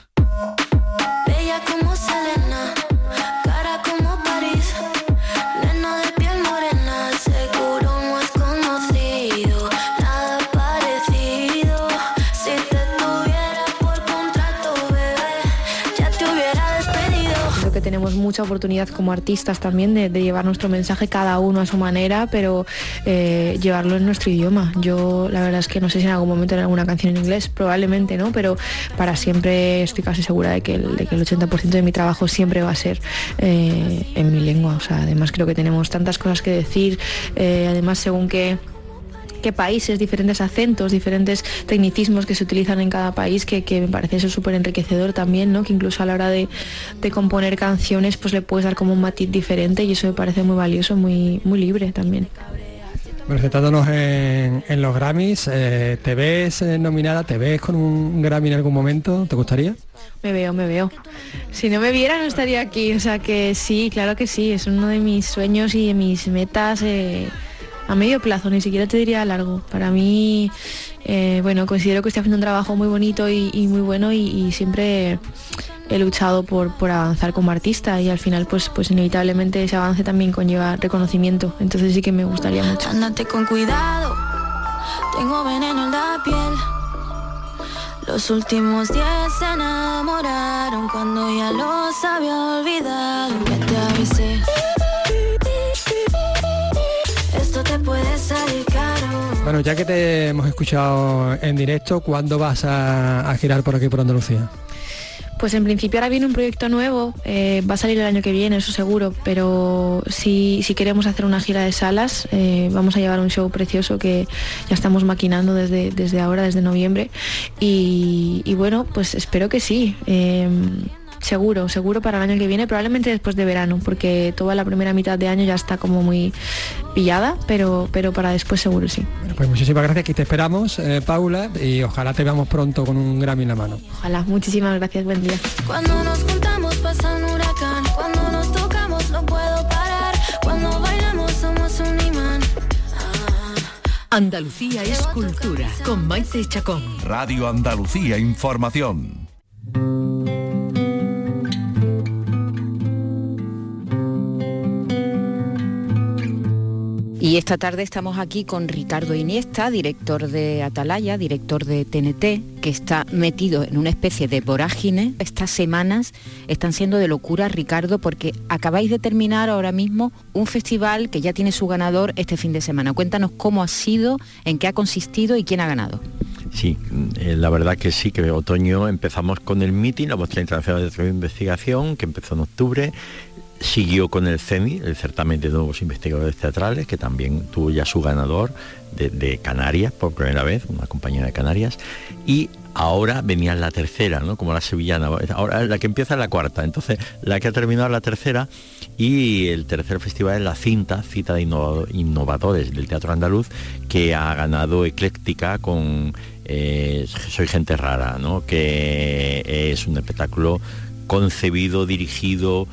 Tenemos mucha oportunidad como artistas también de llevar nuestro mensaje cada uno a su manera, pero llevarlo en nuestro idioma. Yo la verdad es que no sé si en algún momento en alguna canción en inglés, probablemente, ¿no? Pero para siempre estoy casi segura de que el 80% de mi trabajo siempre va a ser en mi lengua. O sea, además creo que tenemos tantas cosas que decir, además según qué países, diferentes acentos, diferentes tecnicismos que se utilizan en cada país, que me parece eso súper enriquecedor también, ¿no? Que incluso a la hora de componer canciones pues le puedes dar como un matiz diferente, y eso me parece muy valioso, muy libre también. Bueno, centrándonos en los Grammys, ¿te ves nominada? ¿Te ves con un Grammy en algún momento? ¿Te gustaría? Me veo. Si no me viera no estaría aquí, o sea que sí, claro que sí, es uno de mis sueños y de mis metas a medio plazo, ni siquiera te diría a largo. Para mí, considero que estoy haciendo un trabajo muy bonito y muy bueno, y siempre he luchado por avanzar como artista, y al final pues inevitablemente ese avance también conlleva reconocimiento, entonces sí que me gustaría mucho. Ándate con cuidado, tengo veneno en la piel. Los últimos 10 se enamoraron cuando ya los había olvidado. Ya te avisé, esto te puede salir caro. Bueno, ya que te hemos escuchado en directo, ¿cuándo vas a girar por aquí por Andalucía? Pues en principio ahora viene un proyecto nuevo, va a salir el año que viene, eso seguro, pero si queremos hacer una gira de salas, vamos a llevar un show precioso que ya estamos maquinando desde ahora, desde noviembre, y bueno, pues espero que sí. Seguro para el año que viene, probablemente después de verano, porque toda la primera mitad de año ya está como muy pillada, pero para después seguro sí. Bueno, pues muchísimas gracias, aquí te esperamos, Paula, y ojalá te veamos pronto con un Grammy en la mano. Ojalá, muchísimas gracias, buen día. Cuando nos juntamos pasa un huracán, cuando nos tocamos no puedo parar, cuando bailamos somos un imán. Andalucía es cultura, con Maite Chacón. Radio Andalucía Información. Y esta tarde estamos aquí con Ricardo Iniesta, director de Atalaya, director de TNT, que está metido en una especie de vorágine. Estas semanas están siendo de locura, Ricardo, porque acabáis de terminar ahora mismo un festival que ya tiene su ganador este fin de semana. Cuéntanos cómo ha sido, en qué ha consistido y quién ha ganado. Sí, la verdad que sí, que otoño empezamos con el meeting, la Muestra Internacional de Investigación, que empezó en octubre. Siguió con el CENI, el Certamen de Nuevos Investigadores Teatrales, que también tuvo ya su ganador de Canarias, por primera vez, una compañía de Canarias, y ahora venía la tercera, ¿no? Como la sevillana, ahora la que empieza es la cuarta, entonces la que ha terminado es la tercera, y el tercer festival es la Cita de Innovadores del Teatro Andaluz, que ha ganado Ecléctica con Soy Gente Rara, ¿no? Que es un espectáculo concebido, dirigido,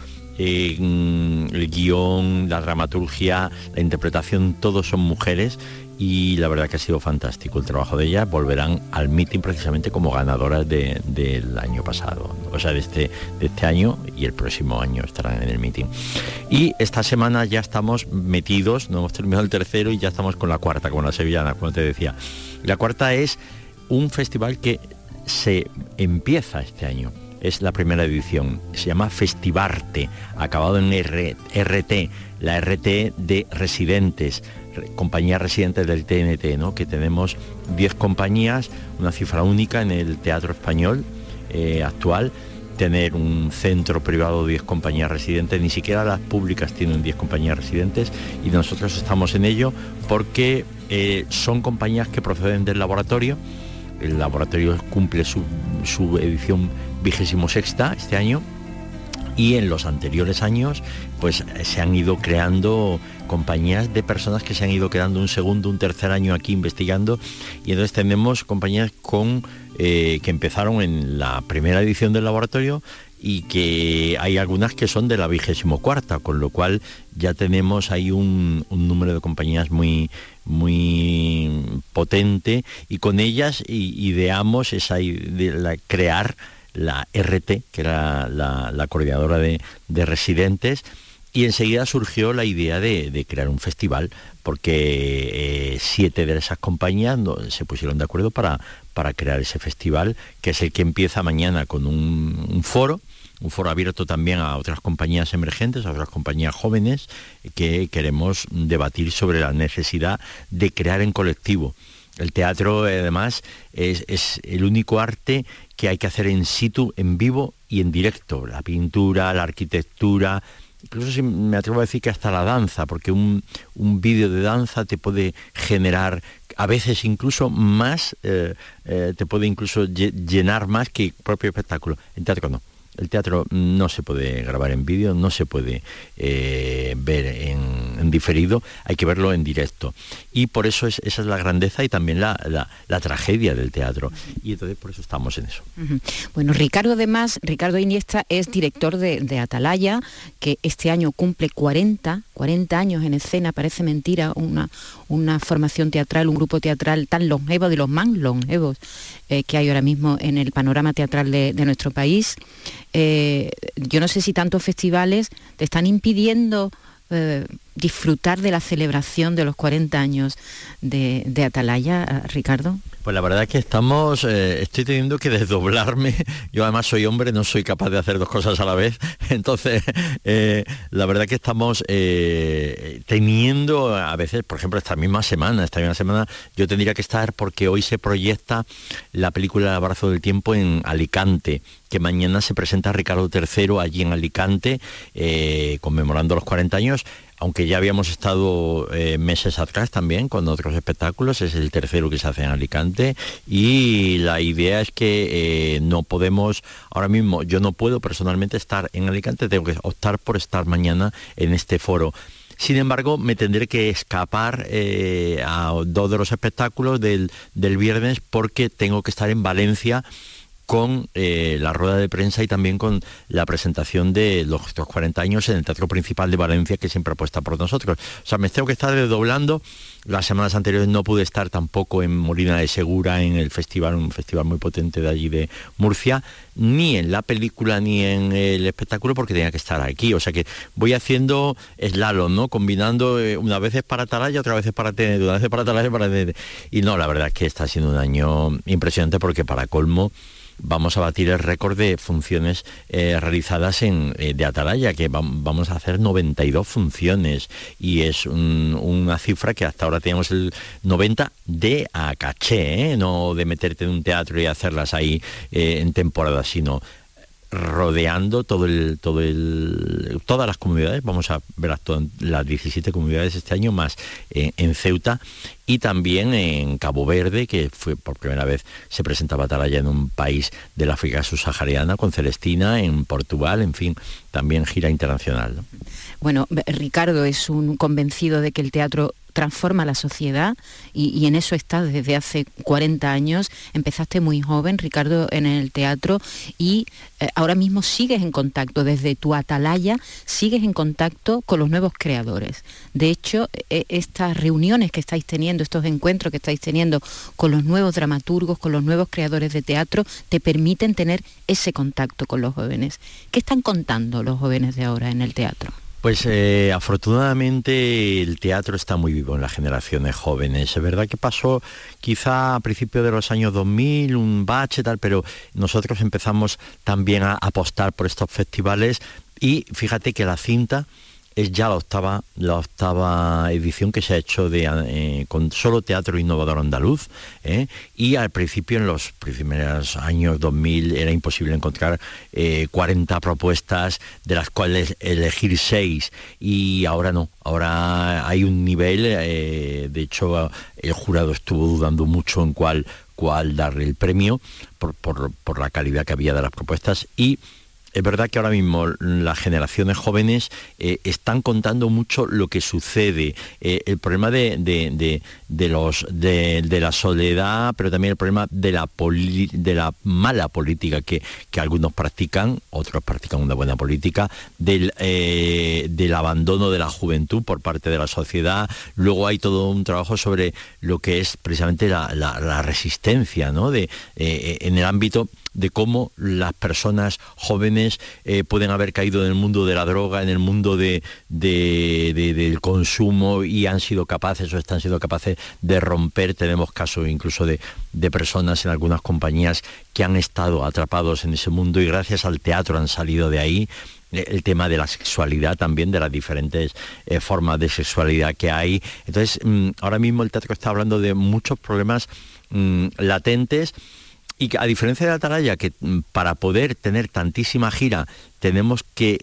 el guión, la dramaturgia, la interpretación, todos son mujeres, y la verdad que ha sido fantástico el trabajo de ellas. Volverán al meeting precisamente como ganadoras del año pasado, o sea, de este año, y el próximo año estarán en el meeting. Y esta semana ya estamos metidos, no hemos terminado el tercero y ya estamos con la cuarta, con la sevillana, como te decía. La cuarta es un festival que se empieza este año. Es la primera edición, se llama Festivarte, acabado en RT, la RT de residentes, compañías residentes del TNT, ¿no? Que tenemos 10 compañías, una cifra única en el teatro español actual, tener un centro privado de 10 compañías residentes, ni siquiera las públicas tienen 10 compañías residentes, y nosotros estamos en ello porque son compañías que proceden del laboratorio. El laboratorio cumple su edición 26ª este año, y en los anteriores años pues se han ido creando compañías de personas que se han ido quedando un segundo, un tercer año aquí investigando, y entonces tenemos compañías que empezaron en la primera edición del laboratorio, y que hay algunas que son de la 24ª, con lo cual ya tenemos ahí un número de compañías muy potente, y con ellas ideamos crear la RT, que era la coordinadora de residentes, y enseguida surgió la idea de crear un festival, porque 7 de esas compañías se pusieron de acuerdo para crear ese festival, que es el que empieza mañana con un foro abierto también a otras compañías emergentes, a otras compañías jóvenes, que queremos debatir sobre la necesidad de crear en colectivo. El teatro, además, es el único arte que hay que hacer en situ, en vivo y en directo. La pintura, la arquitectura, incluso me atrevo a decir que hasta la danza, porque un vídeo de danza te puede generar a veces incluso más, te puede incluso llenar más que el propio espectáculo. En teatro no. El teatro no se puede grabar en vídeo, no se puede ver en diferido, hay que verlo en directo. Y por eso esa es la grandeza y también la tragedia del teatro. Y entonces por eso estamos en eso. Bueno, Ricardo Iniesta es director de Atalaya, que este año cumple 40 años en escena. Parece mentira una formación teatral, un grupo teatral tan longevo, de los más longevos que hay ahora mismo en el panorama teatral de nuestro país. Yo no sé si tantos festivales te están impidiendo disfrutar de la celebración de los 40 años de Atalaya, Ricardo. Pues la verdad es que estoy teniendo que desdoblarme. Yo además soy hombre, no soy capaz de hacer dos cosas a la vez. Entonces, la verdad que estamos teniendo a veces, por ejemplo, esta misma semana yo tendría que estar, porque hoy se proyecta la película El abrazo del tiempo en Alicante, que mañana se presenta Ricardo III allí en Alicante, conmemorando los 40 años. Aunque ya habíamos estado meses atrás también con otros espectáculos, es el tercero que se hace en Alicante, y la idea es que no podemos, ahora mismo yo no puedo personalmente estar en Alicante, tengo que optar por estar mañana en este foro. Sin embargo, me tendré que escapar a dos de los espectáculos del viernes, porque tengo que estar en Valencia con la rueda de prensa y también con la presentación de los 40 años en el Teatro Principal de Valencia, que siempre apuesta por nosotros. O sea, me tengo que estar desdoblando. Las semanas anteriores no pude estar tampoco en Molina de Segura, en el festival, un festival muy potente de allí de Murcia, ni en la película ni en el espectáculo, porque tenía que estar aquí. O sea que voy haciendo slalom, ¿no? Combinando unas veces para Atalaya, otras veces para TNT, una vez para Atalaya, para TNT. Y no, la verdad es que está siendo un año impresionante, porque para colmo vamos a batir el récord de funciones realizadas de Atalaya, que vamos a hacer 92 funciones, y es una cifra que hasta ahora teníamos el 90 de a caché, no de meterte en un teatro y hacerlas ahí en temporada, sino rodeando todas las comunidades. Vamos a ver las 17 comunidades este año, más en Ceuta, y también en Cabo Verde, que fue por primera vez se presentaba Atalaya en un país del África subsahariana, con Celestina, en Portugal, en fin, también gira internacional, ¿no? Bueno, Ricardo es un convencido de que el teatro transforma la sociedad, y en eso está desde hace 40 años. Empezaste muy joven, Ricardo, en el teatro, y ahora mismo sigues en contacto, desde tu Atalaya, sigues en contacto con los nuevos creadores. De hecho, estas reuniones que estáis teniendo, estos encuentros que estáis teniendo con los nuevos dramaturgos, con los nuevos creadores de teatro, te permiten tener ese contacto con los jóvenes. ¿Qué están contando los jóvenes de ahora en el teatro? Pues afortunadamente el teatro está muy vivo en las generaciones jóvenes. Es verdad que pasó quizá a principios de los años 2000 un bache tal, pero nosotros empezamos también a apostar por estos festivales, y fíjate que la cinta es ya la octava edición que se ha hecho con solo teatro innovador andaluz, y al principio, en los primeros años 2000, era imposible encontrar 40 propuestas, de las cuales elegir 6, y ahora no, ahora hay un nivel, de hecho el jurado estuvo dudando mucho en cuál darle el premio por la calidad que había de las propuestas. Y es verdad que ahora mismo las generaciones jóvenes están contando mucho lo que sucede, el problema de la soledad, pero también el problema de la mala política que algunos practican, otros practican una buena política, del abandono de la juventud por parte de la sociedad. Luego hay todo un trabajo sobre lo que es precisamente la resistencia, ¿no? En el ámbito de cómo las personas jóvenes pueden haber caído en el mundo de la droga, en el mundo del consumo, y han sido capaces o están siendo capaces de romper. Tenemos casos incluso de personas en algunas compañías que han estado atrapados en ese mundo, y gracias al teatro han salido de ahí. El tema de la sexualidad también, de las diferentes formas de sexualidad que hay. Entonces, ahora mismo el teatro está hablando de muchos problemas latentes, Y que, a diferencia de Atalaya, que para poder tener tantísima gira tenemos que,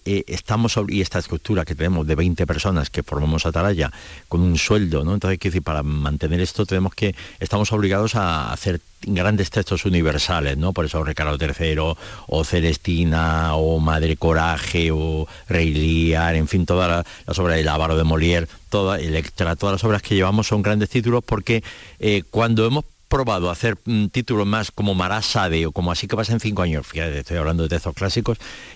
y esta estructura que tenemos de 20 personas que formamos Atalaya con un sueldo, ¿no? Entonces, quiero decir, para mantener esto estamos obligados a hacer grandes textos universales, ¿no? Por eso Ricardo III, o Celestina, o Madre Coraje, o Rey Lear, en fin, todas las obras de Ávaro de Molière, Electra, todas las obras que llevamos son grandes títulos porque cuando hemos probado hacer títulos más como Mará Sade o como Así que pasa en 5 años, fíjate, estoy hablando de textos clásicos,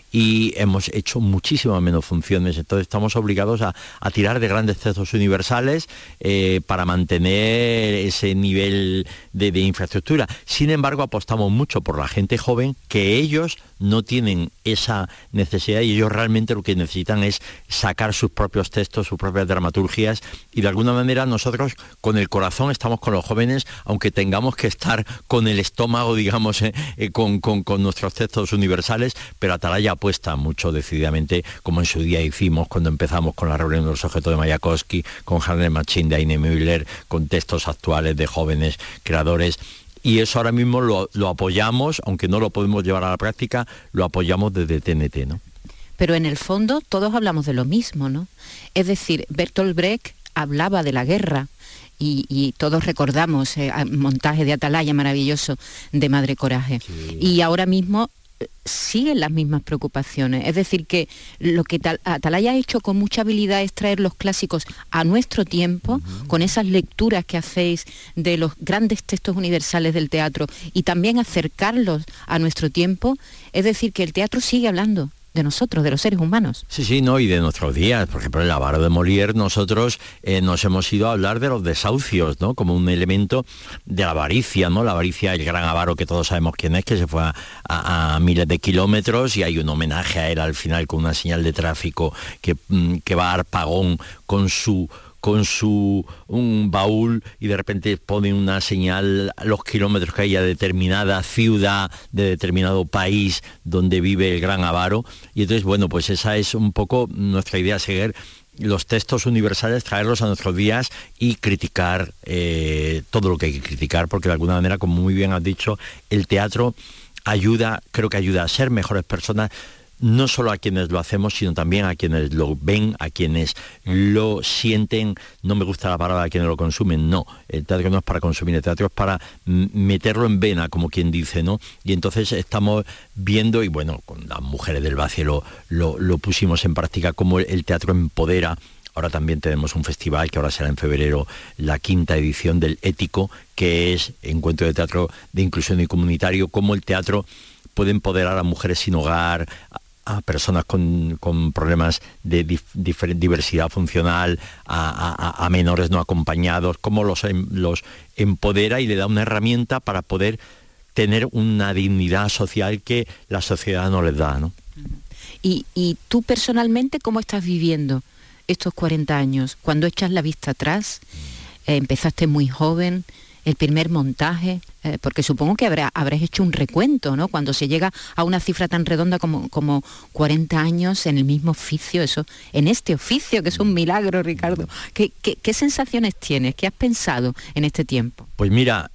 y hemos hecho muchísimas menos funciones, entonces estamos obligados a tirar de grandes textos universales para mantener ese nivel de infraestructura. Sin embargo, apostamos mucho por la gente joven, que ellos no tienen esa necesidad y ellos realmente lo que necesitan es sacar sus propios textos, sus propias dramaturgias, y de alguna manera nosotros con el corazón estamos con los jóvenes, aunque tengamos que estar con el estómago, digamos, con nuestros textos universales, pero Atalaya apuesta mucho decididamente, como en su día hicimos cuando empezamos con La rebelión de los objetos de Mayakovsky, con Harlem Machine de Heine Müller, con textos actuales de jóvenes creadores. Y eso ahora mismo lo apoyamos, aunque no lo podemos llevar a la práctica, lo apoyamos desde TNT, ¿no? Pero en el fondo todos hablamos de lo mismo, ¿no? Es decir, Bertolt Brecht hablaba de la guerra y todos recordamos montaje de Atalaya maravilloso de Madre Coraje. Sí. Y ahora mismo siguen las mismas preocupaciones. Es decir, que lo que Atalaya ha hecho con mucha habilidad es traer los clásicos a nuestro tiempo, con esas lecturas que hacéis de los grandes textos universales del teatro, y también acercarlos a nuestro tiempo. Es decir, que el teatro sigue hablando de nosotros, de los seres humanos. Sí, no, y de nuestros días. Por ejemplo, en Ávaro de Molière nosotros nos hemos ido a hablar de los desahucios, ¿no? Como un elemento de la avaricia, ¿no? La avaricia, el gran avaro que todos sabemos quién es, que se fue a miles de kilómetros, y hay un homenaje a él al final con una señal de tráfico que va a Harpagón con un baúl, y de repente pone una señal a los kilómetros que hay a determinada ciudad de determinado país donde vive el gran avaro. Y entonces, bueno, pues esa es un poco nuestra idea, seguir los textos universales, traerlos a nuestros días y criticar todo lo que hay que criticar, porque de alguna manera, como muy bien has dicho, el teatro creo que ayuda a ser mejores personas, no solo a quienes lo hacemos, sino también a quienes lo ven, a quienes lo sienten. No me gusta la palabra a quienes lo consumen, no. El teatro no es para consumir, el teatro es para meterlo en vena, como quien dice, ¿no? Y entonces estamos viendo, y bueno, con las mujeres del Bacio lo pusimos en práctica, cómo el teatro empodera. Ahora también tenemos un festival que ahora será en febrero, la 5ª edición del Ético, que es Encuentro de Teatro de Inclusión y Comunitario, cómo el teatro puede empoderar a mujeres sin hogar, a personas con problemas de diversidad funcional, a menores no acompañados, cómo los empodera y le da una herramienta para poder tener una dignidad social que la sociedad no les da, ¿no? ¿Y tú personalmente cómo estás viviendo estos 40 años? Cuando echas la vista atrás, empezaste muy joven, el primer montaje, porque supongo que habrás hecho un recuento, ¿no? Cuando se llega a una cifra tan redonda como 40 años en el mismo oficio, en este oficio, que es un milagro, Ricardo. ¿Qué sensaciones tienes? ¿Qué has pensado en este tiempo? Pues mira,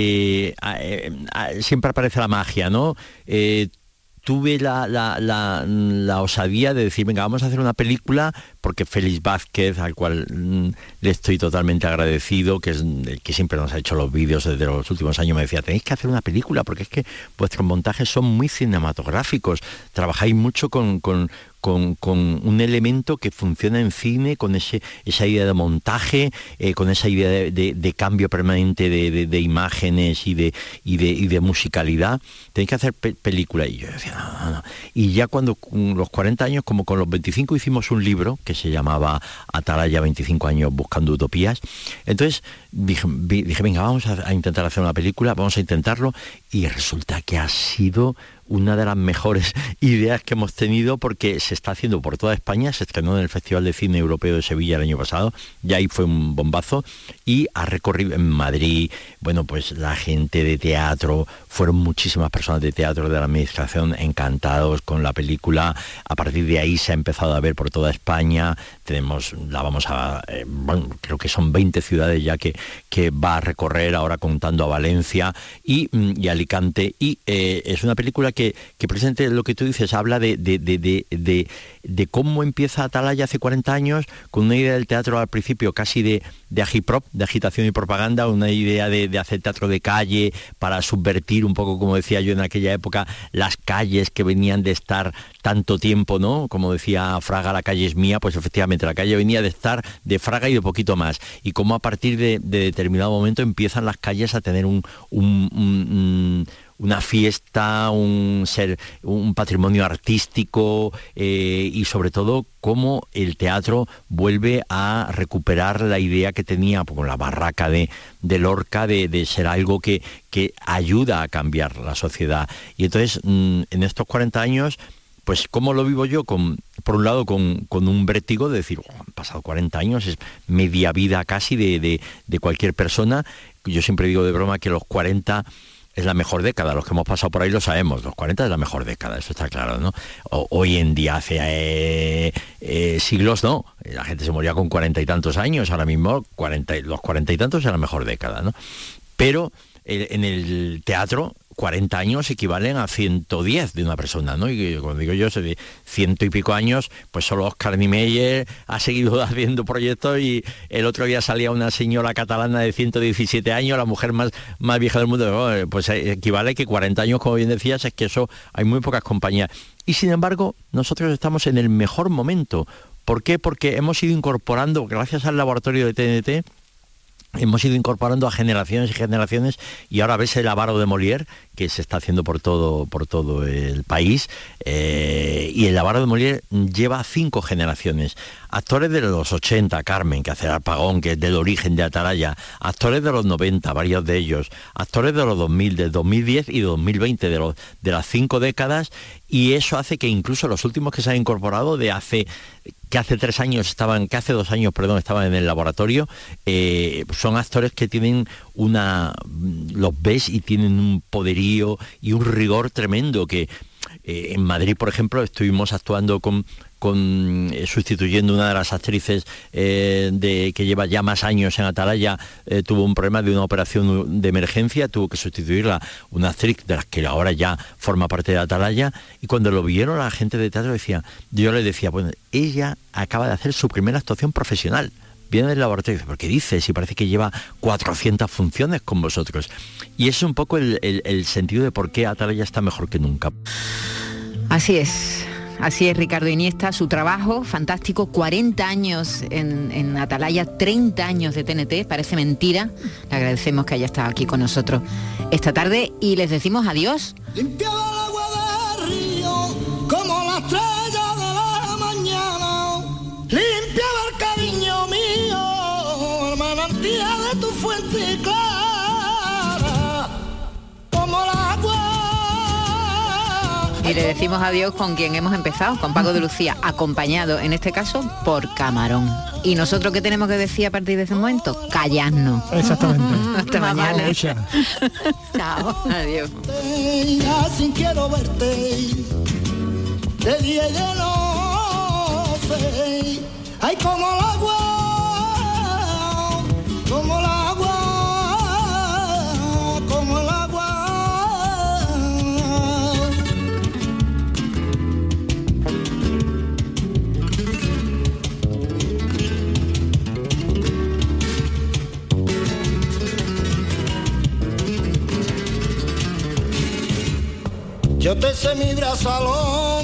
siempre aparece la magia, ¿no? Tuve la osadía de decir, venga, vamos a hacer una película, porque Félix Vázquez, al cual le estoy totalmente agradecido, que es el que siempre nos ha hecho los vídeos desde los últimos años, me decía, tenéis que hacer una película, porque es que vuestros montajes son muy cinematográficos, trabajáis mucho con un elemento que funciona en cine, con esa idea de montaje, con esa idea de cambio permanente de imágenes y de musicalidad. Tenéis que hacer película. Y yo decía, no. Y ya cuando con los 40 años, como con los 25, hicimos un libro que se llamaba Atalaya, 25 años buscando utopías. Entonces dije, venga, vamos a intentar hacer una película, vamos a intentarlo, y resulta que ha sido una de las mejores ideas que hemos tenido, porque se está haciendo por toda España, se estrenó en el Festival de Cine Europeo de Sevilla el año pasado, y ahí fue un bombazo, y ha recorrido en Madrid, bueno, pues la gente de teatro, fueron muchísimas personas de teatro de la administración encantados con la película. A partir de ahí se ha empezado a ver por toda España, creo que son 20 ciudades ya que va a recorrer, ahora contando a Valencia y Alicante, y es una película que precisamente lo que tú dices, habla de cómo empieza Atalaya hace 40 años, con una idea del teatro al principio casi de agiprop, de agitación y propaganda, una idea de hacer teatro de calle para subvertir un poco, como decía yo en aquella época, las calles que venían de estar tanto tiempo, ¿no? Como decía Fraga, la calle es mía, pues efectivamente la calle venía de estar de Fraga y de poquito más, y cómo a partir de determinado momento empiezan las calles a tener una fiesta, un patrimonio artístico, y sobre todo cómo el teatro vuelve a recuperar la idea que tenía con la barraca de Lorca de ser algo que ayuda a cambiar la sociedad. Y entonces, en estos 40 años, pues ¿cómo lo vivo yo? Por un lado con un vértigo de decir, han pasado 40 años, es media vida casi de cualquier persona. Yo siempre digo de broma que los 40 es la mejor década, los que hemos pasado por ahí lo sabemos, los 40 es la mejor década, eso está claro, ¿no? Hoy en día, hace siglos no, la gente se moría con 40 y tantos años, ahora mismo los 40 y tantos es la mejor década, ¿no? Pero en el teatro 40 años equivalen a 110 de una persona, ¿no? Y cuando digo yo, de 100 y pico años, pues solo Oscar Niemeyer ha seguido haciendo proyectos, y el otro día salía una señora catalana de 117 años, la mujer más vieja del mundo. Pues equivale que 40 años, como bien decías, es que eso hay muy pocas compañías. Y sin embargo, nosotros estamos en el mejor momento. ¿Por qué? Porque hemos ido incorporando, gracias al laboratorio de TNT, hemos ido incorporando a generaciones y generaciones, y ahora ves el Avaro de Molière, que se está haciendo por todo el país, y el Avaro de Molière lleva 5 generaciones. Actores de los 80, Carmen, que hace Harpagón, que es del origen de Atalaya, actores de los 90, varios de ellos, actores de los 2000, de 2010 y de 2020, de las 5 décadas, y eso hace que incluso los últimos que se han incorporado que hace 2 años estaban en el laboratorio, son actores que tienen los ves y tienen un poderío y un rigor tremendo, que en Madrid, por ejemplo, estuvimos actuando sustituyendo una de las actrices que lleva ya más años en Atalaya. Tuvo un problema de una operación de emergencia, tuvo que sustituirla una actriz de las que ahora ya forma parte de Atalaya, y cuando lo vieron la gente de teatro yo les decía, bueno, ella acaba de hacer su primera actuación profesional, viene del laboratorio, porque dice, si parece que lleva 400 funciones con vosotros. Y eso es un poco el sentido de por qué Atalaya está mejor que nunca. Así es, Ricardo Iniesta, su trabajo fantástico, 40 años en Atalaya, 30 años de TNT, parece mentira. Le agradecemos que haya estado aquí con nosotros esta tarde y les decimos adiós. Limpiaba el agua del río como la estrella de la mañana. Limpiaba el cariño mío, el manantial de tu fuente clara, como el agua. Y le decimos adiós con quien hemos empezado, con Paco de Lucía, acompañado en este caso por Camarón. Y nosotros, ¿qué tenemos que decir a partir de ese momento? Callarnos. Exactamente. Hasta mañana. Chao. Adiós. Así quiero verte de día y de noche. Ay, como el agua, como el agua, como el agua. Yo te sé mi brazo